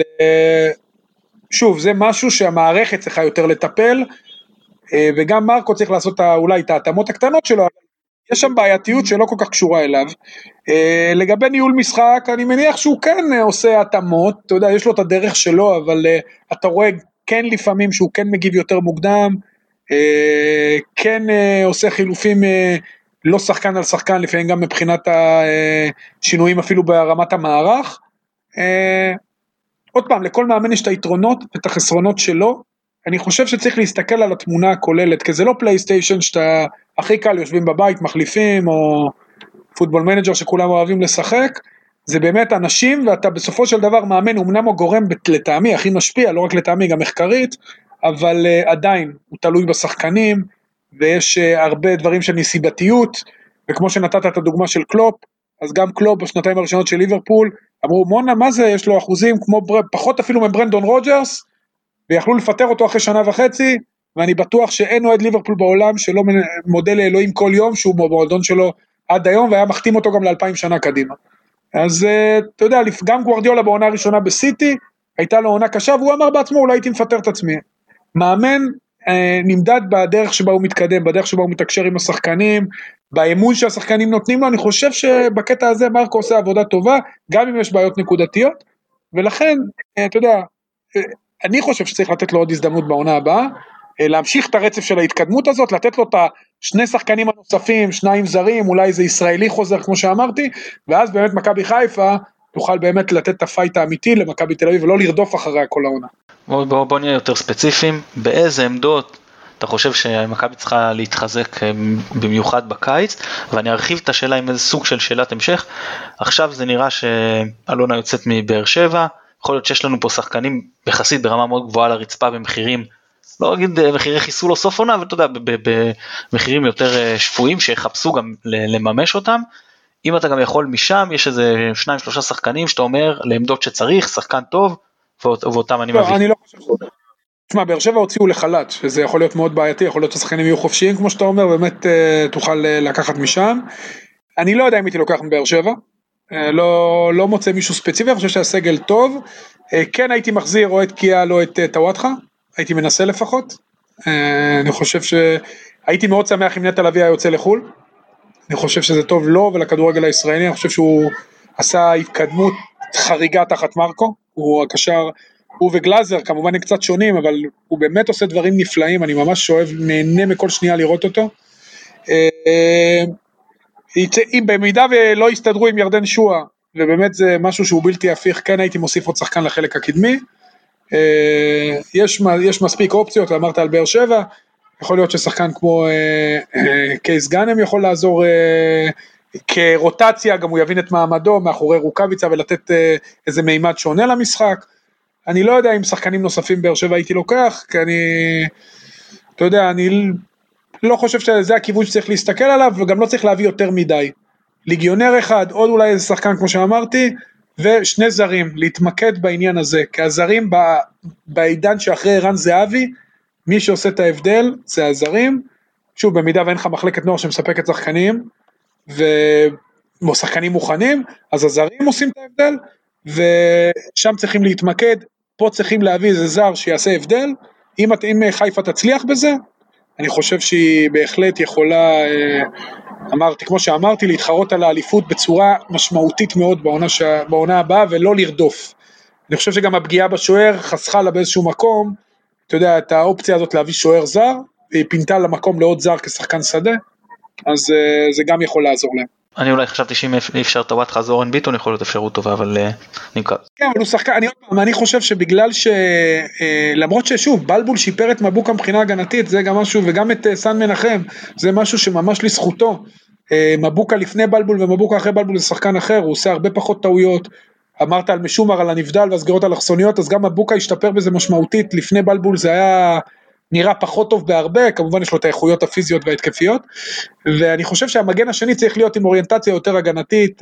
שוב, זה משהו שהמערכת צריכה יותר לטפל, וגם מרקו צריך לעשות אולי את ההתאמות הקטנות שלו, יש שם בעייתיות שלא כל כך קשורה אליו, לגבי ניהול משחק, אני מניח שהוא כן עושה התאמות, אתה יודע, יש לו את הדרך שלו, אבל אתה רואה כן לפעמים שהוא כן מגיב יותר מוקדם, כן עושה חילופים לא שחקן על שחקן, לפעמים גם מבחינת השינויים אפילו ברמת המערך, עוד פעם, לכל מאמן יש את היתרונות ואת החסרונות שלו, אני חושב שצריך להסתכל על התמונה הכוללת, כי זה לא פלייסטיישן שאתה הכי קל יושבים בבית, מחליפים, או פוטבול מנג'ר שכולם אוהבים לשחק, זה באמת אנשים, ואתה בסופו של דבר מאמן, אמנם הוא גורם לטעמי, הכי משפיע, לא רק לטעמי, גם מחקרית, אבל עדיין הוא תלוי בשחקנים, ויש הרבה דברים של נסיבתיות, וכמו שנתת את הדוגמה של קלופ, אז גם קלופ בשנתיים הראשונות של ליברפול, אמרו מונה מה זה, יש לו אחוזים כמו פחות אפילו מברנדון רוג'רס, ויכלו לפטר אותו אחרי שנה וחצי, ואני בטוח שאין אוהד ליברפול בעולם, שלא מודה לאלוהים כל יום, שהוא במועדון שלו עד היום, והיה מחתים אותו גם ל2000 שנה קדימה. אז אתה יודע, גם גוארדיולה בעונה הראשונה בסיטי, הייתה לו עונה קשה, והוא אמר בעצמו, אולי הייתי מפטר את עצמי. מאמן נמדד בדרך שבה הוא מתקדם, בדרך שבה הוא מתקשר עם השחקנים, באמון שהשחקנים נותנים לו, אני חושב שבקטע הזה מרקו עושה עבודה טובה, גם אם יש בעיות נקודתיות, ולכן, אתה יודע, אני חושב שצריך לתת לו עוד הזדמנות בעונה הבאה, להמשיך את הרצף של ההתקדמות הזאת, לתת לו את שני שחקנים הנוספים, 2 זרים, אולי זה ישראלי חוזר כמו שאמרתי, ואז באמת מכבי חיפה תוכל באמת לתת את הפייט האמיתי למכבי תל אביב, ולא לרדוף אחריה כל העונה. בוא נהיה יותר ספציפיים, באיזה עמדות אתה חושב שמכבי צריכה להתחזק במיוחד בקיץ, ואני ארחיב את השאלה עם איזה סוג של שאלת המשך. עכשיו זה נראה שאלונה יוצאת מבאר שבע, יכול להיות שיש לנו פה שחקנים יחסית ברמה מאוד גבוהה לרצפה במחירים, לא אגיד מחירי חיסול או סוף עונה, אבל אתה יודע, במחירים יותר שפויים שיחפשו גם לממש אותם. אם אתה גם יכול משם, יש איזה 2-3 שחקנים שאתה אומר לעמדות שצריך, שחקן טוב, ואותם אני מביא. אני לא חושב שזה. תשמע, באר שבע הוציאו לחל"ת, שזה יכול להיות מאוד בעייתי, יכול להיות שהשחקנים יהיו חופשיים, כמו שאתה אומר, באמת תוכל לקחת משם. אני לא יודע אם הייתי לוקח מבאר שבע, לא מוצא מישהו ספציפי, אני חושב שהסגל טוב, כן הייתי מחזיר או את קיאל או את טוואטחה, הייתי מנסה לפחות, אני חושב שהייתי מאוד שמח אם נטע לביא היה יוצא לחול, אני חושב שזה טוב לו ולכדורגל הישראלי, אני חושב שהוא עשה התקדמות חריגה תחת מרקו, הוא הקשר הוא וגלאזר כמובן הם קצת שונים, אבל הוא באמת עושה דברים נפלאים, אני ממש אוהב, נהנה מכל שנייה לראות אותו. אם במידה ולא יסתדרו עם ירדן שואה, ובאמת זה משהו שהוא בלתי הפיך, כן הייתי מוסיף עוד שחקן לחלק הקדמי, יש מספיק אופציות, אמרת על באר שבע, יכול להיות ששחקן כמו קייס גאנם יכול לעזור כרוטציה, גם הוא יבין את מעמדו מאחורי רוקביצה ולתת איזה מימד שונה למשחק. אני לא יודע אם שחקנים נוספים באר שבע הייתי לוקח, כי אתה יודע, אני לא חושב שזה הכיוון שצריך להסתכל עליו, וגם לא צריך להביא יותר מדי. ליגיונר אחד, עוד אולי איזה שחקן כמו שאמרתי, ושני זרים, להתמקד בעניין הזה, כי הזרים בעידן שאחרי ערן זהבי, מי שעושה את ההבדל זה הזרים, שוב במידה ואין לך מחלקת נוער שמספקת שחקנים, ושחקנים מוכנים, אז הזרים עושים את ההבדל, ושם צריכים להתמקד, פה צריכים להביא איזה זר שיעשה הבדל, אם חיפה תצליח בזה, אני חושב שהיא בהחלט יכולה, כמו שאמרתי, להתחרות על האליפות בצורה משמעותית מאוד בעונה הבאה, ולא לרדוף. אני חושב שגם הפגיעה בשוער חסכה לה באיזשהו מקום, אתה יודע, את האופציה הזאת להביא שוער זר, והיא פינתה למקום לעוד זר כשחקן שדה, אז זה גם יכול לעזור להם. אני אולי חשבתי שאם אפשר את הוואט חזור אורן ביטון יכול להיות אפשרות טובה, אבל נמכר. כן, אבל הוא שחקן, אני חושב שבגלל למרות ששוב, בלבול שיפר את מבוקה מבחינה הגנתית, זה גם משהו, וגם את סן מנחם, זה משהו שממש לזכותו, מבוקה לפני בלבול ומבוקה אחרי בלבול זה שחקן אחר, הוא עושה הרבה פחות טעויות, אמרת על משומר, על הנבדל והסגירות האלכסוניות, אז גם מבוקה השתפר בזה משמעותית, לפני בלבול זה היה נראה פחות טוב בהרבה, כמובן יש לו את האיכויות הפיזיות וההתקפיות, ואני חושב שהמגן השני צריך להיות עם אוריינטציה יותר הגנתית,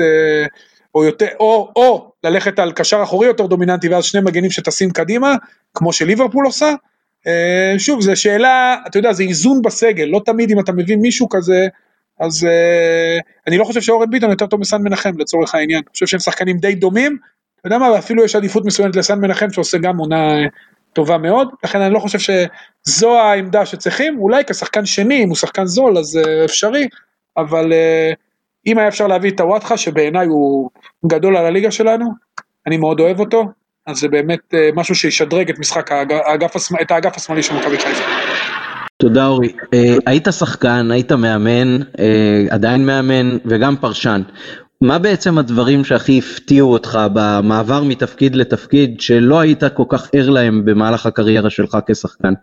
או ללכת על קשר אחורי יותר דומיננטי, ואז שני מגנים שטסים קדימה, כמו שליברפול עושה, שוב, זה שאלה, אתה יודע, זה איזון בסגל, לא תמיד אם אתה מביא מישהו כזה, אז אני לא חושב שאורן ביטון יותר טוב מסן מנחם, לצורך העניין, אני חושב שהם שחקנים די דומים, אתה יודע מה, ואפילו יש עדיפות מסוימת לסן מנחם, שעושה גם עונה טובה מאוד, לכן אני לא חושב שזו העמדה שצריכים, אולי כשחקן שני, אם הוא שחקן זול, אז אפשרי, אבל אם היה אפשר להביא את הוואטחה, שבעיניי הוא גדול על הליגה שלנו, אני מאוד אוהב אותו, אז זה באמת משהו שישדרג את משחק, את האגף השמאלי של מכבי חיפה. תודה אורי. היית שחקן, היית מאמן, עדיין מאמן וגם פרשן. מה בעצם הדברים שהכי הפתיעו אותך במעבר מתפקיד לתפקיד שלא היית כל כך ער להם במהלך הקריירה שלך כשחקן?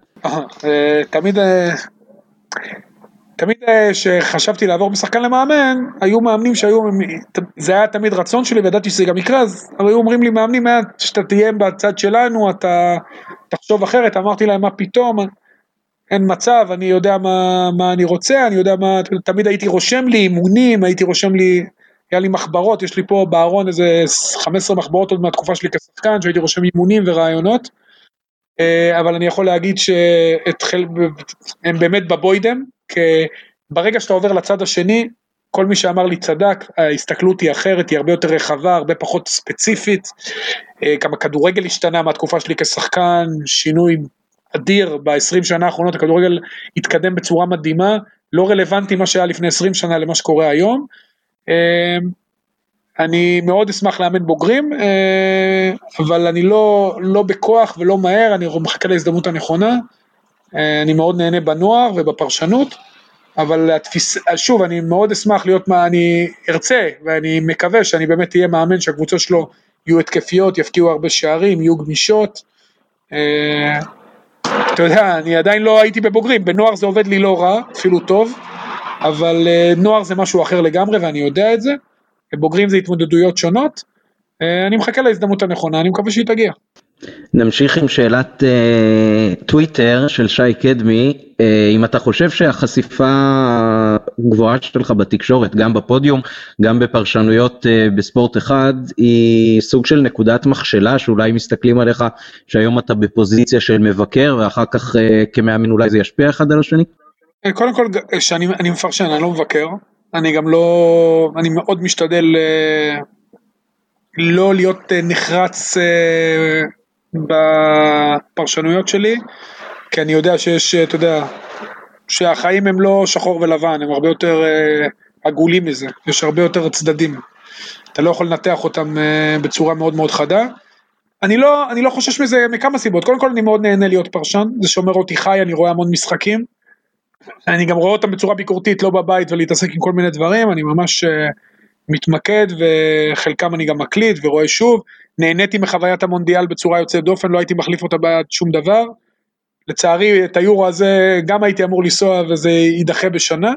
תמיד שחשבתי לעבור משחקן למאמן, היו מאמנים זה היה תמיד רצון שלי, וידעתי שזה גם יקרה, אז היו אומרים לי מאמנים, שאתה תהיה בצד שלנו, אתה תחשוב אחרת, אמרתי להם מה פתאום, אין מצב, אני יודע מה אני רוצה, אני יודע תמיד הייתי רושם לי אימונים, היה לי מחברות, יש לי פה בארון איזה 15 מחברות עוד מהתקופה שלי כשחקן, שהייתי רושם אימונים ורעיונות, אבל אני יכול להגיד שהם באמת בבוידם, כי ברגע שאתה עובר לצד השני, כל מי שאמר לי צדק, ההסתכלות היא אחרת, היא הרבה יותר רחבה, הרבה פחות ספציפית, כמה כדורגל השתנה מהתקופה שלי כשחקן, שינוי אדיר ב-20 שנה האחרונות, הכדורגל התקדם בצורה מדהימה, לא רלוונטי מה שהיה לפני 20 שנה למה שקורה היום, אני מאוד אשמח לאמן בוגרים, אבל אני לא בכוח ולא מהר, אני מחכה להזדמנות הנכונה, אני מאוד נהנה בנוער ובפרשנות, אבל שוב, אני מאוד אשמח להיות אני ארצה, ואני מקווה שאני באמת אהיה מאמן שהקבוצות שלו יהיו התקפיות, יפקיעו הרבה שערים, יהיו גמישות, אתה יודע, אני עדיין לא הייתי בבוגרים, בנוער זה עובד לי לא רע, אפילו טוב, אבל נוער זה משהו אחר לגמרי, ואני יודע את זה, בוגרים זה התמודדויות שונות, אני מחכה להזדמנות הנכונה, אני מקווה שהיא תגיע. נמשיך עם שאלת טוויטר של שי קדמי, אם אתה חושב שהחשיפה הגבוהה שלך בתקשורת, גם בפודיום, גם בפרשנויות בספורט אחד, היא סוג של נקודת מכשלה, שאולי מסתכלים עליך שהיום אתה בפוזיציה של מבקר, ואחר כך כמאמן אולי זה ישפיע אחד על השני? קודם כל, שאני מפרשן, אני לא מבקר, אני גם לא, אני מאוד משתדל לא להיות נחרץ בפרשנויות שלי, כי אני יודע שיש, אתה יודע, שהחיים הם לא שחור ולבן, הם הרבה יותר עגולים מזה, יש הרבה יותר צדדים, אתה לא יכול לנתח אותם בצורה מאוד מאוד חדה, אני לא חושש מזה מכמה סיבות, קודם כל אני מאוד נהנה להיות פרשן, זה שומר אותי חי, אני רואה המון משחקים, אני גם רואה אותם בצורה ביקורתית, לא בבית ולהתעסק עם כל מיני דברים, אני ממש מתמקד, וחלקם אני גם מקליט ורואה שוב, נהניתי מחוויית המונדיאל בצורה יוצאת דופן, לא הייתי מחליף אותה בעד שום דבר, לצערי את היורו הזה גם הייתי אמור לנסוע וזה יידחה בשנה,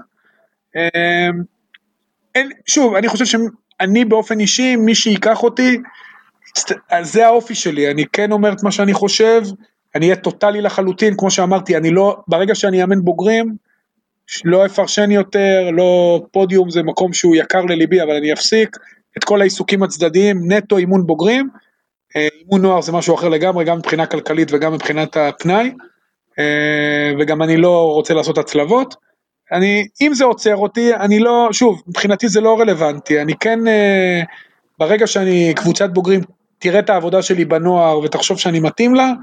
שוב אני חושב שאני באופן אישי, מי שיקח אותי, זה האופי שלי, אני כן אומר את מה שאני חושב, אני אהיה טוטלי לחלוטין, כמו שאמרתי, אני לא, ברגע שאני אאמן בוגרים, לא אפרשן יותר, לא פודיום זה מקום שהוא יקר לליבי, אבל אני אפסיק את כל העיסוקים הצדדיים, נטו אימון בוגרים, אימון נוער זה משהו אחר לגמרי, גם מבחינה כלכלית וגם מבחינת הפנאי, וגם אני לא רוצה לעשות הצלבות, אם זה עוצר אותי, אני לא, שוב, מבחינתי זה לא רלוונטי, אני כן, ברגע שאני קבוצת בוגרים, תראה את העבודה שלי בנוער ותחשוב שאני מתאים לה,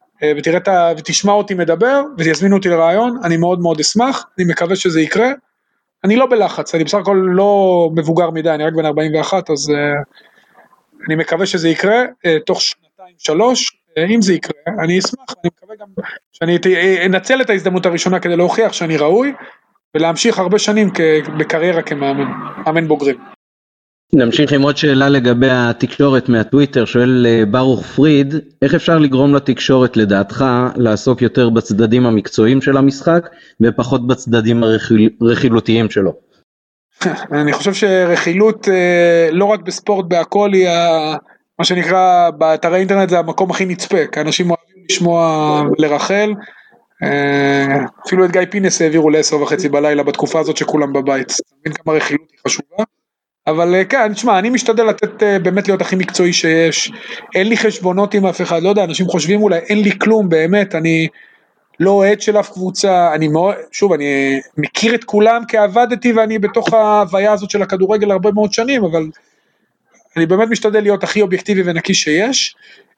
ותשמע אותי מדבר, ותזמינו אותי לרעיון, אני מאוד מאוד אשמח, אני מקווה שזה יקרה, אני לא בלחץ, אני בסך הכל לא מבוגר מדי, אני רק בן 41, אז אני מקווה שזה יקרה, תוך 2-3, אם זה יקרה, אני אשמח, אני מקווה גם שאני אנצל את ההזדמנות הראשונה כדי להוכיח שאני ראוי, ולהמשיך הרבה שנים בקריירה כמאמן בוגרים. נמשיך עם עוד שאלה לגבי התקשורת מהטוויטר, שואל ברוך פריד, איך אפשר לגרום לתקשורת לדעתך לעסוק יותר בצדדים המקצועיים של המשחק, ופחות בצדדים הרכילותיים שלו? אני חושב שרכילות, לא רק בספורט, בהכל היא, מה שנקרא, באתרי אינטרנט זה המקום הכי נצפה, כי אנשים אוהבים לשמוע לרחל, אפילו את גיא פינס העבירו ל10:30 בלילה, בתקופה הזאת שכולם בבית, תבין כמה רכילות היא חשובה, אבל כן, תשמע, אני משתדל לתת באמת להיות הכי מקצועי שיש, אין לי חשבונות עם אף אחד, לא יודע, אנשים חושבים אולי, אין לי כלום, באמת, אני לא אוהד של אף קבוצה, שוב, אני מכיר את כולם כעבדתי, ואני בתוך ההוויה הזאת של הכדורגל הרבה מאוד שנים, אבל אני באמת משתדל להיות הכי אובייקטיבי ונקי שיש,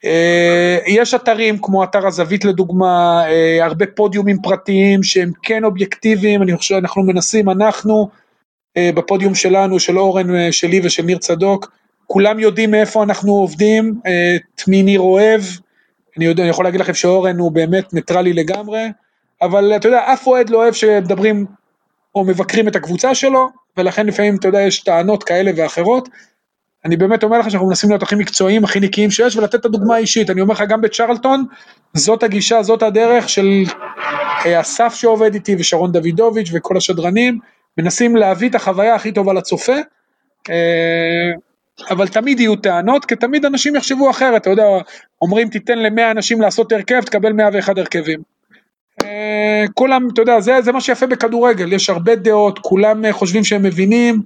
יש אתרים כמו אתר הזווית לדוגמה, הרבה פודיומים פרטיים שהם כן אובייקטיביים, אני חושב שאנחנו מנסים, בפודיום שלנו, של אורן, שלי ושל ניר צדוק, כולם יודעים מאיפה אנחנו עובדים, את מי ניר אוהב, אני יכול להגיד לכם שאורן הוא באמת ניטרלי לגמרי, אבל אתה יודע, אף אוהד לא אוהב שמדברים או מבקרים את הקבוצה שלו, ולכן לפעמים אתה יודע, יש טענות כאלה ואחרות, אני באמת אומר לך שאנחנו מנסים להיות הכי מקצועיים, הכי נקיים שיש, ולתת את הדוגמה האישית, אני אומר לך גם בצ'רלטון, זאת הגישה, זאת הדרך של אסף שעובד איתי, ושרון דוידוביץ' וכל השדרנים, מנסים להביא את החוויה הכי טובה לצופה, אבל תמיד יהיו טענות, כי תמיד אנשים יחשבו אחרת, אתה יודע, אומרים תיתן ל100 אנשים לעשות הרכב, תקבל 101 הרכבים. כולם, אתה יודע, זה מה שיפה בכדורגל, יש הרבה דעות, כולם חושבים שהם מבינים,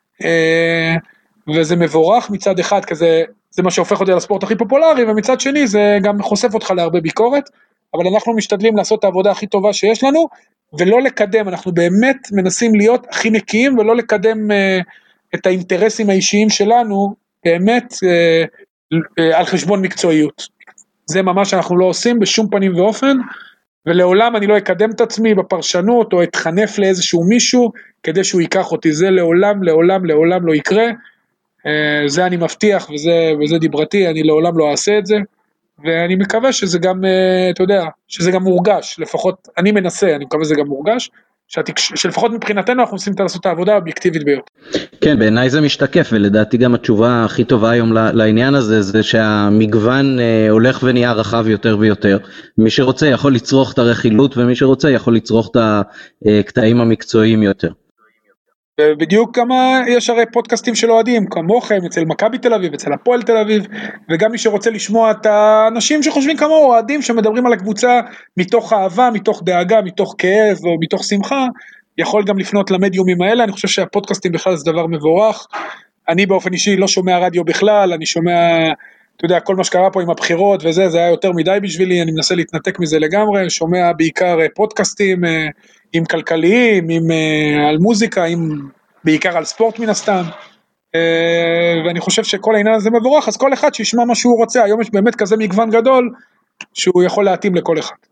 וזה מבורך מצד אחד, כי זה מה שהופך אותי לספורט הכי פופולרי, ומצד שני זה גם חושף אותך להרבה ביקורת, אבל אנחנו משתדלים לעשות את העבודה הכי טובה שיש לנו, ולא לקדם, אנחנו באמת מנסים להיות הכי נקיים, ולא לקדם את האינטרסים האישיים שלנו, באמת על חשבון מקצועיות. זה ממש אנחנו לא עושים בשום פנים ואופן, ולעולם אני לא אקדם את עצמי בפרשנות, או אתחנף לאיזשהו מישהו, כדי שהוא ייקח אותי, זה לעולם, לעולם, לעולם לא יקרה, זה אני מבטיח, וזה דיברתי, אני לעולם לא אעשה את זה, ואני מקווה שזה גם, אתה יודע, שזה גם מורגש, לפחות, אני מנסה, אני מקווה שזה גם מורגש, שלפחות מבחינתנו אנחנו עושים לעשות את העבודה האובייקטיבית ביותר. כן, בעיניי זה משתקף, ולדעתי גם התשובה הכי טובה היום לעניין הזה, זה שהמגוון הולך ונהיה רחב יותר ויותר. מי שרוצה יכול לצרוך את הרכילות, ומי שרוצה יכול לצרוך את הקטעים המקצועיים יותר. בדיוק כמה יש הרי פודקאסטים של אוהדים, כמוכם, אצל מכבי תל אביב, אצל הפועל תל אביב, וגם מי שרוצה לשמוע את האנשים שחושבים כמו אוהדים, שמדברים על הקבוצה מתוך אהבה, מתוך דאגה, מתוך כאב, או מתוך שמחה, יכול גם לפנות למדיומים האלה, אני חושב שהפודקאסטים בכלל זה דבר מבורך, אני באופן אישי לא שומע רדיו בכלל, אני שומע, אתה יודע, כל מה שקרה פה עם הבחירות וזה, זה היה יותר מדי בשבילי, אני מנסה להתנתק מזה לגמרי, שומע בעיקר פודקאסטים, עם כלכליים, על מוזיקה, בעיקר על ספורט מן הסתם, ואני חושב שכל העניין הזה מבורך, אז כל אחד שישמע מה שהוא רוצה, היום יש באמת כזה מגוון גדול, שהוא יכול להתאים לכל אחד.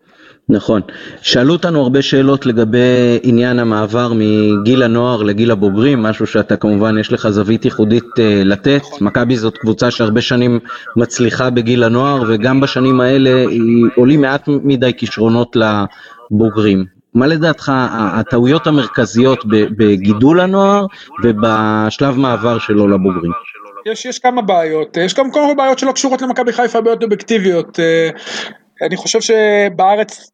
נכון. שאלו אותנו הרבה שאלות לגבי עניין המעבר מגיל הנוער לגיל הבוגרים, משהו שאתה כמובן יש לך זווית ייחודית לתת. מכבי זאת קבוצה שהרבה שנים מצליחה בגיל הנוער, וגם בשנים האלה היא עולים מעט מדי כישרונות לבוגרים. מה לדעתך הטעויות המרכזיות בגידול הנוער ובשלב מעבר שלו לבוגרים? יש כמה בעיות, יש גם כמה בעיות שלא קשורות למכבי חיפה, בעיות אובייקטיביות. אני חושב שבארץ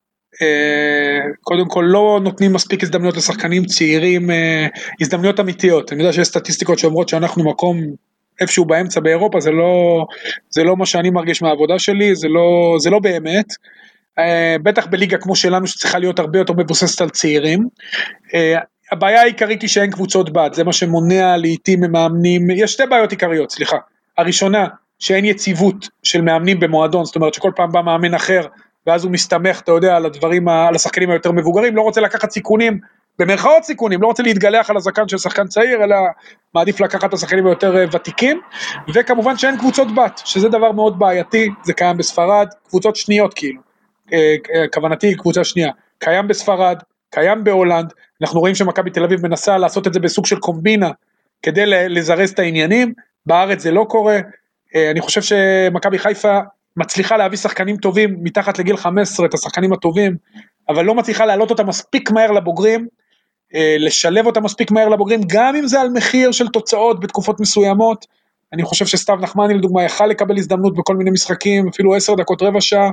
קודם כל לא נותנים מספיק הזדמנויות לשחקנים צעירים, הזדמנויות אמיתיות. אני יודע שיש סטטיסטיקות שאומרות שאנחנו מקום איפשהו באמצע באירופה, זה לא מה שאני מרגיש מהעבודה שלי, זה לא באמת. בטח בליגה כמו שלנו שצריכה להיות הרבה יותר מבוססת על צעירים. הבעיה העיקרית היא שאין קבוצות בת, זה מה שמונע לעתים ממאמנים. יש שתי בעיות עיקריות, סליחה. הראשונה, שאין יציבות של מאמנים במועדון, זאת אומרת שכל פעם בא מאמן אחר, ואז הוא מסתמך, אתה יודע, על הדברים, על השחקנים היותר מבוגרים, לא רוצה לקחת סיכונים, במרכאות סיכונים, לא רוצה להתגלח על הזקן של שחקן צעיר, אלא מעדיף לקחת את השחקנים היותר ותיקים, וכמובן שאין קבוצות בת, שזה דבר מאוד בעייתי, זה קיים בספרד, קבוצות שניות כאילו, כוונתי קבוצה שנייה, קיים בספרד, קיים בהולנד, אנחנו רואים שמכבי תל אביב מנסה לעשות את זה בסוג של קומבינה, כדי לזרז את העניינים, בארץ זה לא קורה. אני חושב שמכבי חיפה מצליחה להביא שחקנים טובים, מתחת לגיל 15, את השחקנים הטובים, אבל לא מצליחה להעלות אותם מספיק מהר לבוגרים, לשלב אותם מספיק מהר לבוגרים, גם אם זה על מחיר של תוצאות בתקופות מסוימות. אני חושב שסתיו נחמני לדוגמה יכל לקבל הזדמנות בכל מיני משחקים, אפילו 10 דקות, רבע שעה,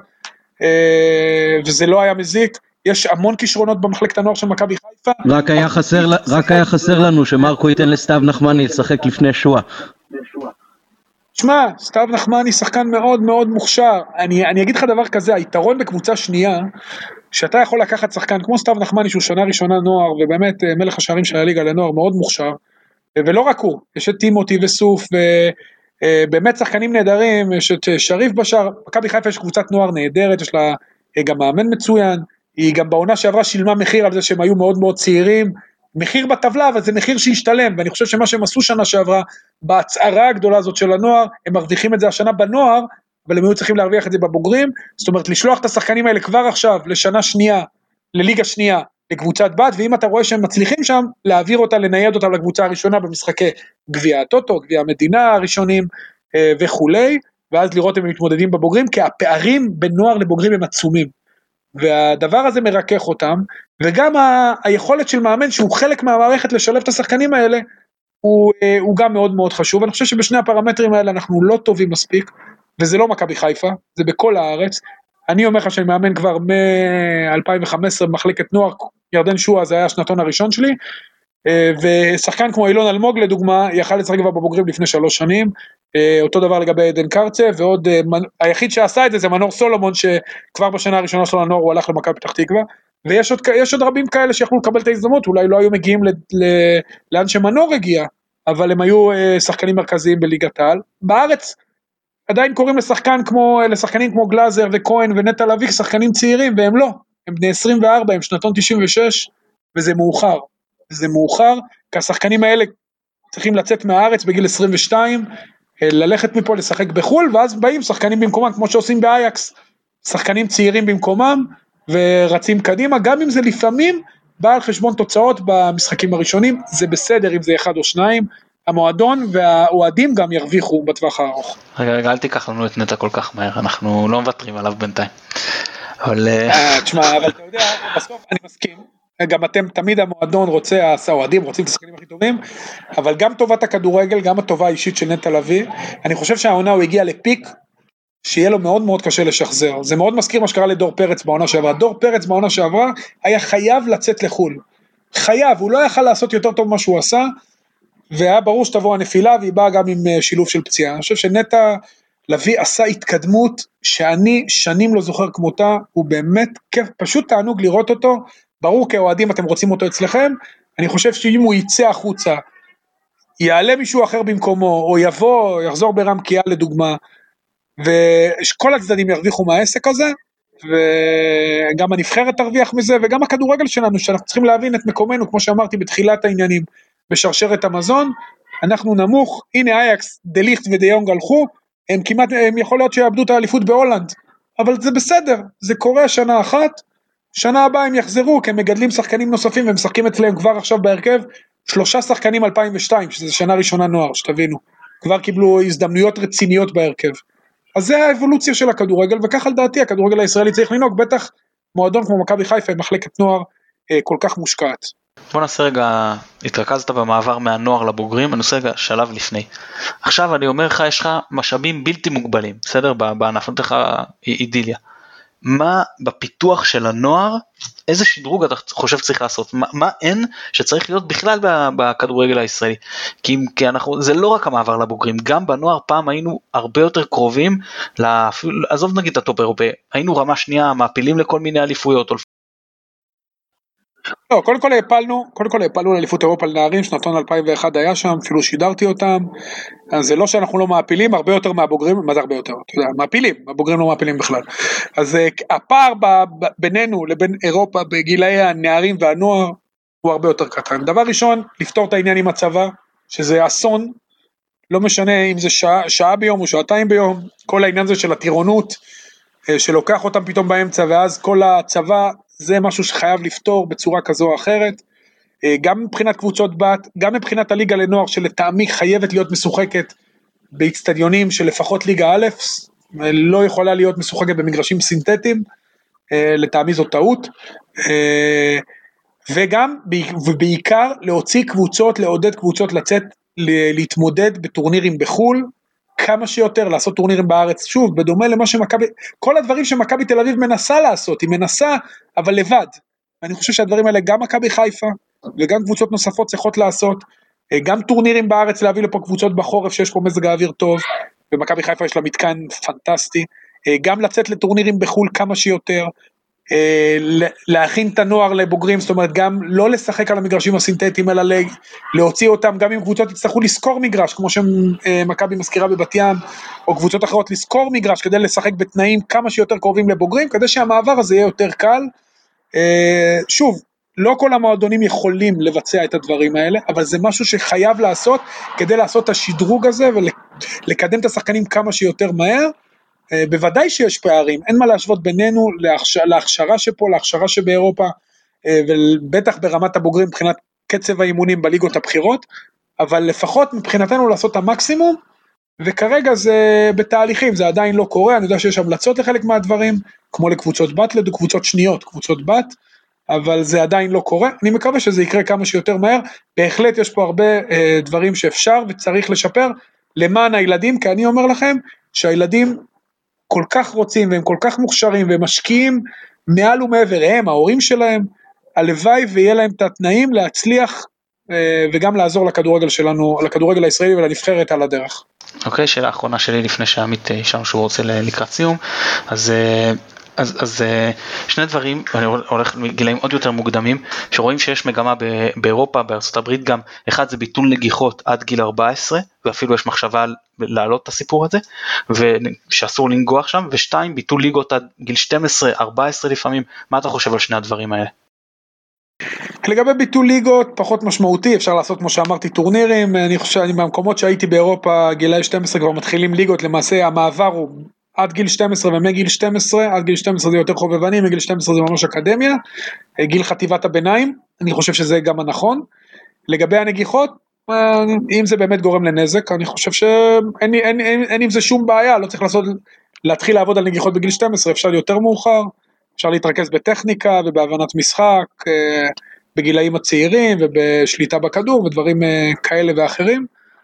וזה לא היה מזיק. יש המון כישרונות במחלקת הנוער של מכבי חיפה. רק היה חסר לנו שמרקו ייתן לסתיו נחמני לשחק לפני שואה. תשמע, סתיו נחמני שחקן מאוד מאוד מוכשר. אני אגיד לך דבר כזה, היתרון בקבוצה שנייה, שאתה יכול לקחת שחקן כמו סתיו נחמני שהוא שנה ראשונה נוער, ובאמת מלך השערים של הליגה לנוער מאוד מוכשר, ולא רק הוא, יש את טימותי וסוף, ובאמת שחקנים נהדרים, יש את שריף בשער. מכבי חיפה יש קבוצת נוער נהדרת, יש לה גם מאמן מצוין, היא גם בעונה שעברה שילמה מחיר על זה שהם היו מאוד מאוד צעירים, מחיר בטבלה, אבל זה מחיר שישתלם, ואני חושב שמה שהם עשו שנה שעברה, בהצערה הגדולה הזאת של הנוער, הם מרוויחים את זה השנה בנוער, אבל הם היו צריכים להרוויח את זה בבוגרים. זאת אומרת, לשלוח את השחקנים האלה כבר עכשיו, לשנה שנייה, לליגה שנייה, לקבוצת בת, ואם אתה רואה שהם מצליחים שם, להעביר אותה, לנייד אותה לקבוצה הראשונה, במשחקי גביע הטוטו, גביע המדינה הראשונים, וכולי, ואז לראות אם הם מתמודדים בבוגרים, כי הפערים בין נוער לבוגרים הם עצומים. והדבר הזה מרכך אותם, וגם היכולת של מאמן שהוא חלק מהמערכת לשלב את השחקנים האלה, הוא גם מאוד מאוד חשוב. אני חושב שבשני הפרמטרים האלה אנחנו לא טובים מספיק, וזה לא מכבי חיפה, זה בכל הארץ. אני אומר לך שאני מאמן כבר מ-2015 במחלקת נוער, ירדן שואה זה היה השנתון הראשון שלי, ושחקן כמו אילון אלמוג לדוגמה, יכל לשחק כבר בבוגרים לפני 3 שנים, אותו דבר לגבי עדן קרצה, ועוד היחיד שעשה את זה מנור סולומון, שכבר בשנה הראשונה שלו לנוער הוא הלך למכבי פתח תקווה, ויש עוד רבים כאלה שיכלו לקבל את ההזדמנות, אולי לא היו מגיעים לאן שמנור הגיע, אבל הם היו שחקנים מרכזיים בליגת העל. בארץ עדיין קוראים לשחקנים כמו גלאזר וכהן ונטע לביא, שחקנים צעירים, והם לא, הם בני 24, הם שנתון 96, וזה מאוחר. זה מאוחר, כי השחקנים האלה צריכים לצאת מהארץ בגיל 22, ללכת מפה לשחק בחול, ואז באים שחקנים במקומם, כמו שעושים באייקס, שחקנים צעירים במקומם, ורצים קדימה, גם אם זה לפעמים בא על חשבון תוצאות במשחקים הראשונים, זה בסדר אם זה 1 או 2, המועדון והאוהדים גם ירוויחו בטווח הארוך. רגע, אל תיקח לנו את נטע כל כך מהר, אנחנו לא מוותרים עליו בינתיים. תשמע, אבל אתה יודע, בסוף אני מסכים, גם אתם תמיד המועדון רוצה, האוהדים רוצים את השחקנים הכי טובים, אבל גם טובת הכדורגל, גם הטובה האישית של נטע לביא, אני חושב שהעונה הוא הגיע לפיק, שיהיה לו מאוד מאוד קשה לשחזר. זה מאוד מזכיר מה שקרה לדור פרץ בעונה שעברה. דור פרץ בעונה שעברה היה חייב לצאת לחול. חייב, הוא לא יכל לעשות יותר טוב מה שהוא עשה, והיה ברור שתבוא הנפילה, והיא באה גם עם שילוב של פציעה. אני חושב שנטע לביא עשה התקדמות, שאני שנים לא זוכר כמותה, הוא באמת כיף, פשוט תענוג לראות אותו, ברור כאוהדים אתם רוצים אותו אצלכם, אני חושב שאם הוא יצא החוצה, יעלה מישהו אחר במקומו, או יחזור ברם קיאל לדוגמה, וכל הצדדים ירוויחו מהעסק הזה, וגם הנבחרת תרוויח מזה, וגם הכדורגל שלנו, שאנחנו צריכים להבין את מקומנו, כמו שאמרתי בתחילת העניינים, בשרשרת המזון, אנחנו נמוך, הנה אייקס, דליכט ודיונג הלכו, הם יכול להיות שיאבדו את האליפות בהולנד, אבל זה בסדר, זה קורה שנה אחת, שנה הבאה הם יחזרו, כי הם מגדלים שחקנים נוספים, והם משחקים אצלם כבר עכשיו בהרכב, 3 שחקנים 2002, שזה שנה ראשונה נוער, שתבינו, כבר קיבלו הזדמנויות רציניות בהרכב, אז זה האבולוציה של הכדורגל, וכך על דעתי, הכדורגל הישראלי צריך לנהוג, בטח מועדון כמו מכבי חיפה, מחלקת נוער כל כך מושקעת. בוא נעשה רגע, התרכזת במעבר מהנוער לבוגרים, אני עושה רגע שלב לפני. עכשיו אני אומר לך, יש לך משאבים בלתי מוגבלים, בסדר? בענף, נתן לך אידיליה. מה בפיתוח של הנוער, איזה שדרוג אתה חושב צריך לעשות? מה אין שצריך להיות בכלל בכדורגל הישראלי? כי זה לא רק המעבר לבוגרים, גם בנוער פעם היינו הרבה יותר קרובים, עזוב נגיד את הטופ אירופאי, היינו רמה שנייה, מעפילים לכל מיני אליפויות, לא, קודם כל הפלנו לאליפות אירופה לנערים, שנתון 2001 היה שם, אפילו שידרתי אותם, אז זה לא שאנחנו לא מעפילים, הרבה יותר מהבוגרים, מה זה הרבה יותר? אתה יודע, מעפילים, הבוגרים לא מעפילים בכלל. אז הפער בינינו לבין אירופה בגילאי הנערים והנוער, הוא הרבה יותר קטן. דבר ראשון, לפתור את העניין עם הצבא, שזה אסון, לא משנה אם זה שעה ביום או שעתיים ביום, כל העניין הזה של הטירונות, שלוקח אותם פתאום באמצע, ואז כל הצבא, זה משהו שחייב לפתור בצורה כזו או אחרת, גם מבחינת קבוצות בת, גם מבחינת הליגה לנוער, שלטעמי חייבת להיות משוחקת, באצטדיונים של לפחות ליגה א', לא יכולה להיות משוחקת במגרשים סינתטיים, לטעמי זו טעות, וגם, ובעיקר, להוציא קבוצות, לעודד קבוצות לצאת, להתמודד בטורנירים בחול, כמה שיותר, לעשות טורנירים בארץ, שוב, בדומה למה שמכבי, כל הדברים שמכבי תל אביב מנסה לעשות, היא מנסה, אבל לבד, אני חושב שהדברים האלה, גם מכבי חיפה, וגם קבוצות נוספות צריכות לעשות, גם טורנירים בארץ, להביא לפה קבוצות בחורף, שיש פה מזג האוויר טוב, ומכבי חיפה יש לה מתקן פנטסטי, גם לצאת לטורנירים בחול כמה שיותר, להכין את הנוער לבוגרים, זאת אומרת גם לא לשחק על המגרשים הסינתטיים, אלא להוציא אותם, גם אם קבוצות יצטרכו לזכור מגרש, כמו שמכבי מזכירה בבת ים, או קבוצות אחרות לזכור מגרש, כדי לשחק בתנאים כמה שיותר קרובים לבוגרים, כדי שהמעבר הזה יהיה יותר קל. שוב, לא כל המועדונים יכולים לבצע את הדברים האלה, אבל זה משהו שחייב לעשות, כדי לעשות את השדרוג הזה, ולקדם את השחקנים כמה שיותר מהר. בוודאי שיש פערים, אין מה להשוות בינינו להכשרה שפה, להכשרה שבאירופה, ובטח ברמת הבוגרים מבחינת קצב האימונים בליגות הבחירות, אבל לפחות מבחינתנו לעשות את המקסימום, וכרגע זה בתהליכים, זה עדיין לא קורה, אני יודע שיש המלצות לחלק מהדברים, כמו לקבוצות בת, לקבוצות שניות, קבוצות בת, אבל זה עדיין לא קורה, אני מקווה שזה יקרה כמה שיותר מהר, בהחלט יש פה הרבה דברים שאפשר וצריך לשפר, למען הילדים, כי אני אומר לכם, שהילדים כל כך רוצים, והם כל כך מוכשרים, והם משקיעים מעל ומעבר, ההורים שלהם, הלוואי ויהיה להם את התנאים להצליח, וגם לעזור לכדורגל שלנו, לכדורגל הישראלי ולנבחרת על הדרך. אוקיי, שאלה האחרונה שלי לפני שעמית ישנו שהוא רוצה לקראת סיום, אז שני דברים, אני הולך לגילאים עוד יותר מוקדמים, שרואים שיש מגמה באירופה, בארצות הברית גם, אחד זה ביטול נגיחות עד גיל 14, ואפילו יש מחשבה להעלות את הסיפור הזה, ושאסור לנגוח שם, ושתיים, ביטול ליגות עד גיל 12, 14 לפעמים, מה אתה חושב על שני הדברים האלה? לגבי ביטול ליגות, פחות משמעותי, אפשר לעשות כמו שאמרתי טורנירים, אני חושב, מהמקומות שהייתי באירופה, גילאי 12 כבר מתחילים ליגות, למעשה המעבר הוא עד גיל 12 ומגיל 12, עד גיל 12 זה יותר חובבני, מגיל 12 זה ממש אקדמיה, גיל חטיבת הביניים, אני חושב שזה גם הנכון. לגבי הנגיחות, אם זה באמת גורם לנזק, אני חושב שאין עם זה שום בעיה, לא צריך להתחיל לעבוד על נגיחות בגיל 12, אפשר יותר מאוחר, אפשר להתרכז בטכניקה ובהבנת משחק, בגילאים הצעירים ובשליטה בכדור ודברים כאלה ואחרים.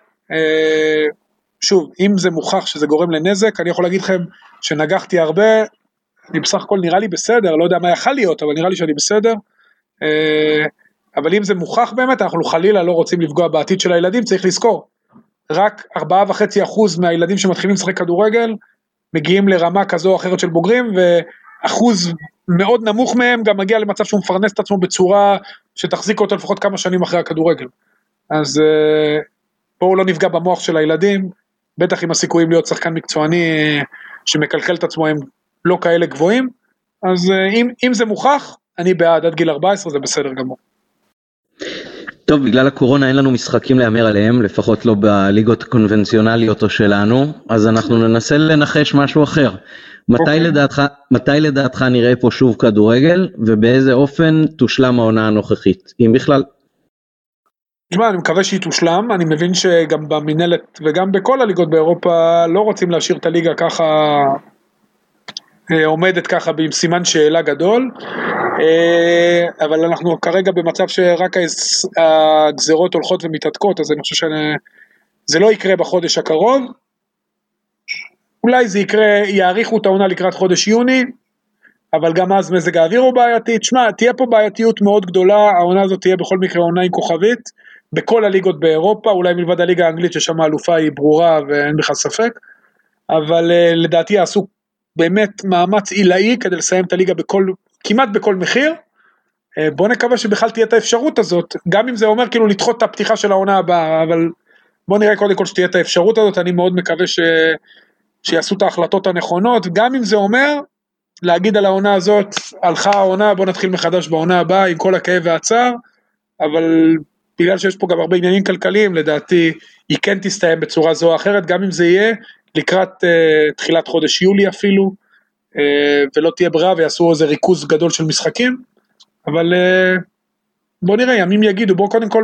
שוב, אם זה מוכח שזה גורם לנזק, אני יכול להגיד לכם שנגחתי הרבה, אני בסך הכל נראה לי בסדר, לא יודע מה יכול להיות, אבל נראה לי שאני בסדר, אבל אם זה מוכח באמת, אנחנו חלילה לא רוצים לפגוע בעתיד של הילדים, צריך לזכור, רק 4.5% מהילדים שמתחילים לשחק כדורגל, מגיעים לרמה כזו או אחרת של בוגרים, ואחוז מאוד נמוך מהם גם מגיע למצב שהוא מפרנס את עצמו בצורה שתחזיק אותו לפחות כמה שנים אחרי הכדורגל. אז בואו לא נפגע במוח של הילדים, בטח עם הסיכויים להיות שחקן מקצועני שמקלקל את עצמו הם לא כאלה גבוהים, אז אם זה מוכח, אני בעד עד גיל 14, זה בסדר גמור. טוב, בגלל הקורונה אין לנו משחקים להמר עליהם, לפחות לא בליגות הקונבנציונליות או שלנו, אז אנחנו ננסה לנחש משהו אחר. מתי לדעתך נראה פה שוב כדורגל, ובאיזה אופן תושלם העונה הנוכחית, אם בכלל? תשמע, אני מקווה שהיא תושלם, אני מבין שגם במנהלת וגם בכל הליגות באירופה לא רוצים להשאיר את הליגה ככה, עומדת ככה עם סימן שאלה גדול, אבל אנחנו כרגע במצב שרק הגזרות הולכות ומתעדכות, אז אני חושב שזה לא יקרה בחודש הקרוב, אולי זה יקרה, יאריכו את העונה לקראת חודש יוני, אבל גם אז מזג האוויר הוא בעייתי. תשמע, תהיה פה בעייתיות מאוד גדולה, העונה הזאת תהיה בכל מקרה עונה עם כוכבית, בכל הליגות באירופה, אולי מלבד הליגה האנגלית ששם האלופה היא ברורה ואין בכלל ספק, אבל לדעתי יעשו באמת מאמץ עילאי כדי לסיים את הליגה כמעט בכל מחיר. בוא נקווה שבכלל תהיה את האפשרות הזאת, גם אם זה אומר כאילו לדחות את הפתיחה של העונה הבאה, אבל בוא נראה קודם כל שתהיה את האפשרות הזאת, אני מאוד מקווה שיעשו את ההחלטות הנכונות, גם אם זה אומר להגיד על העונה הזאת, הלכה העונה, בוא נתחיל מחדש בעונה הבאה עם כל הכאב והצער, אבל בגלל שיש פה גם הרבה עניינים כלכליים, לדעתי היא כן תסתיים בצורה זו או אחרת, גם אם זה יהיה לקראת תחילת חודש יולי אפילו, ולא תהיה ברירה ויעשו איזה ריכוז גדול של משחקים, אבל בוא נראה, ימים יגידו, בוא קודם כל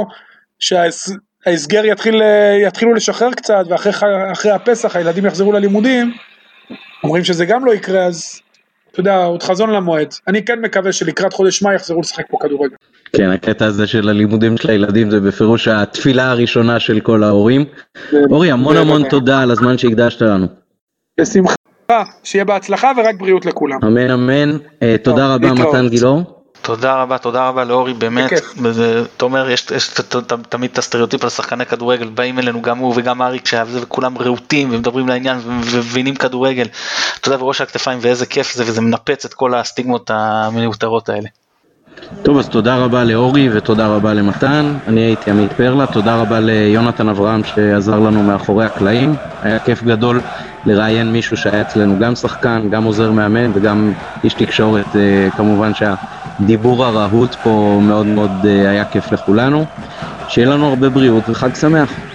שההסגר יתחילו לשחרר קצת, ואחרי הפסח הילדים יחזרו ללימודים, אומרים שזה גם לא יקרה, אז אתה יודע, עוד חזון למועד. אני כן מקווה שלקראת חודש מאי יחזרו לשחק פה כדורגל. כן, הקטע הזה של הלימודים של הילדים זה בפירוש התפילה הראשונה של כל ההורים. אורי, המון תודה על הזמן שהקדשת לנו. בשמחה, שיהיה בהצלחה ורק בריאות לכולם. אמן אמן, תודה רבה מתן גילאור. תודה רבה לאורי, באמת, אתה אומר, יש תמיד את הסטריאוטיפ על שחקני כדורגל, באים אלינו גם הוא וגם אריק שהיה וזה, וכולם רהוטים ומדברים לעניין ומבינים כדורגל, אתה יודע, בראש הכתפיים, ואיזה כיף זה, וזה מנפץ את כל הסטיגמות המיותרות האלה. טוב, אז תודה רבה לאורי ותודה רבה למתן, אני הייתי עמית פרלה, תודה רבה ליונתן אברהם שעזר לנו מאחורי הקלעים, היה כיף גדול לראיין מישהו שהיה אצלנו גם שחקן, גם עוזר מאמן וגם איש תקשורת, כמובן שהדיבור הרהוט פה מאוד מאוד היה כיף לכולנו, שיהיה לנו הרבה בריאות וחג שמח.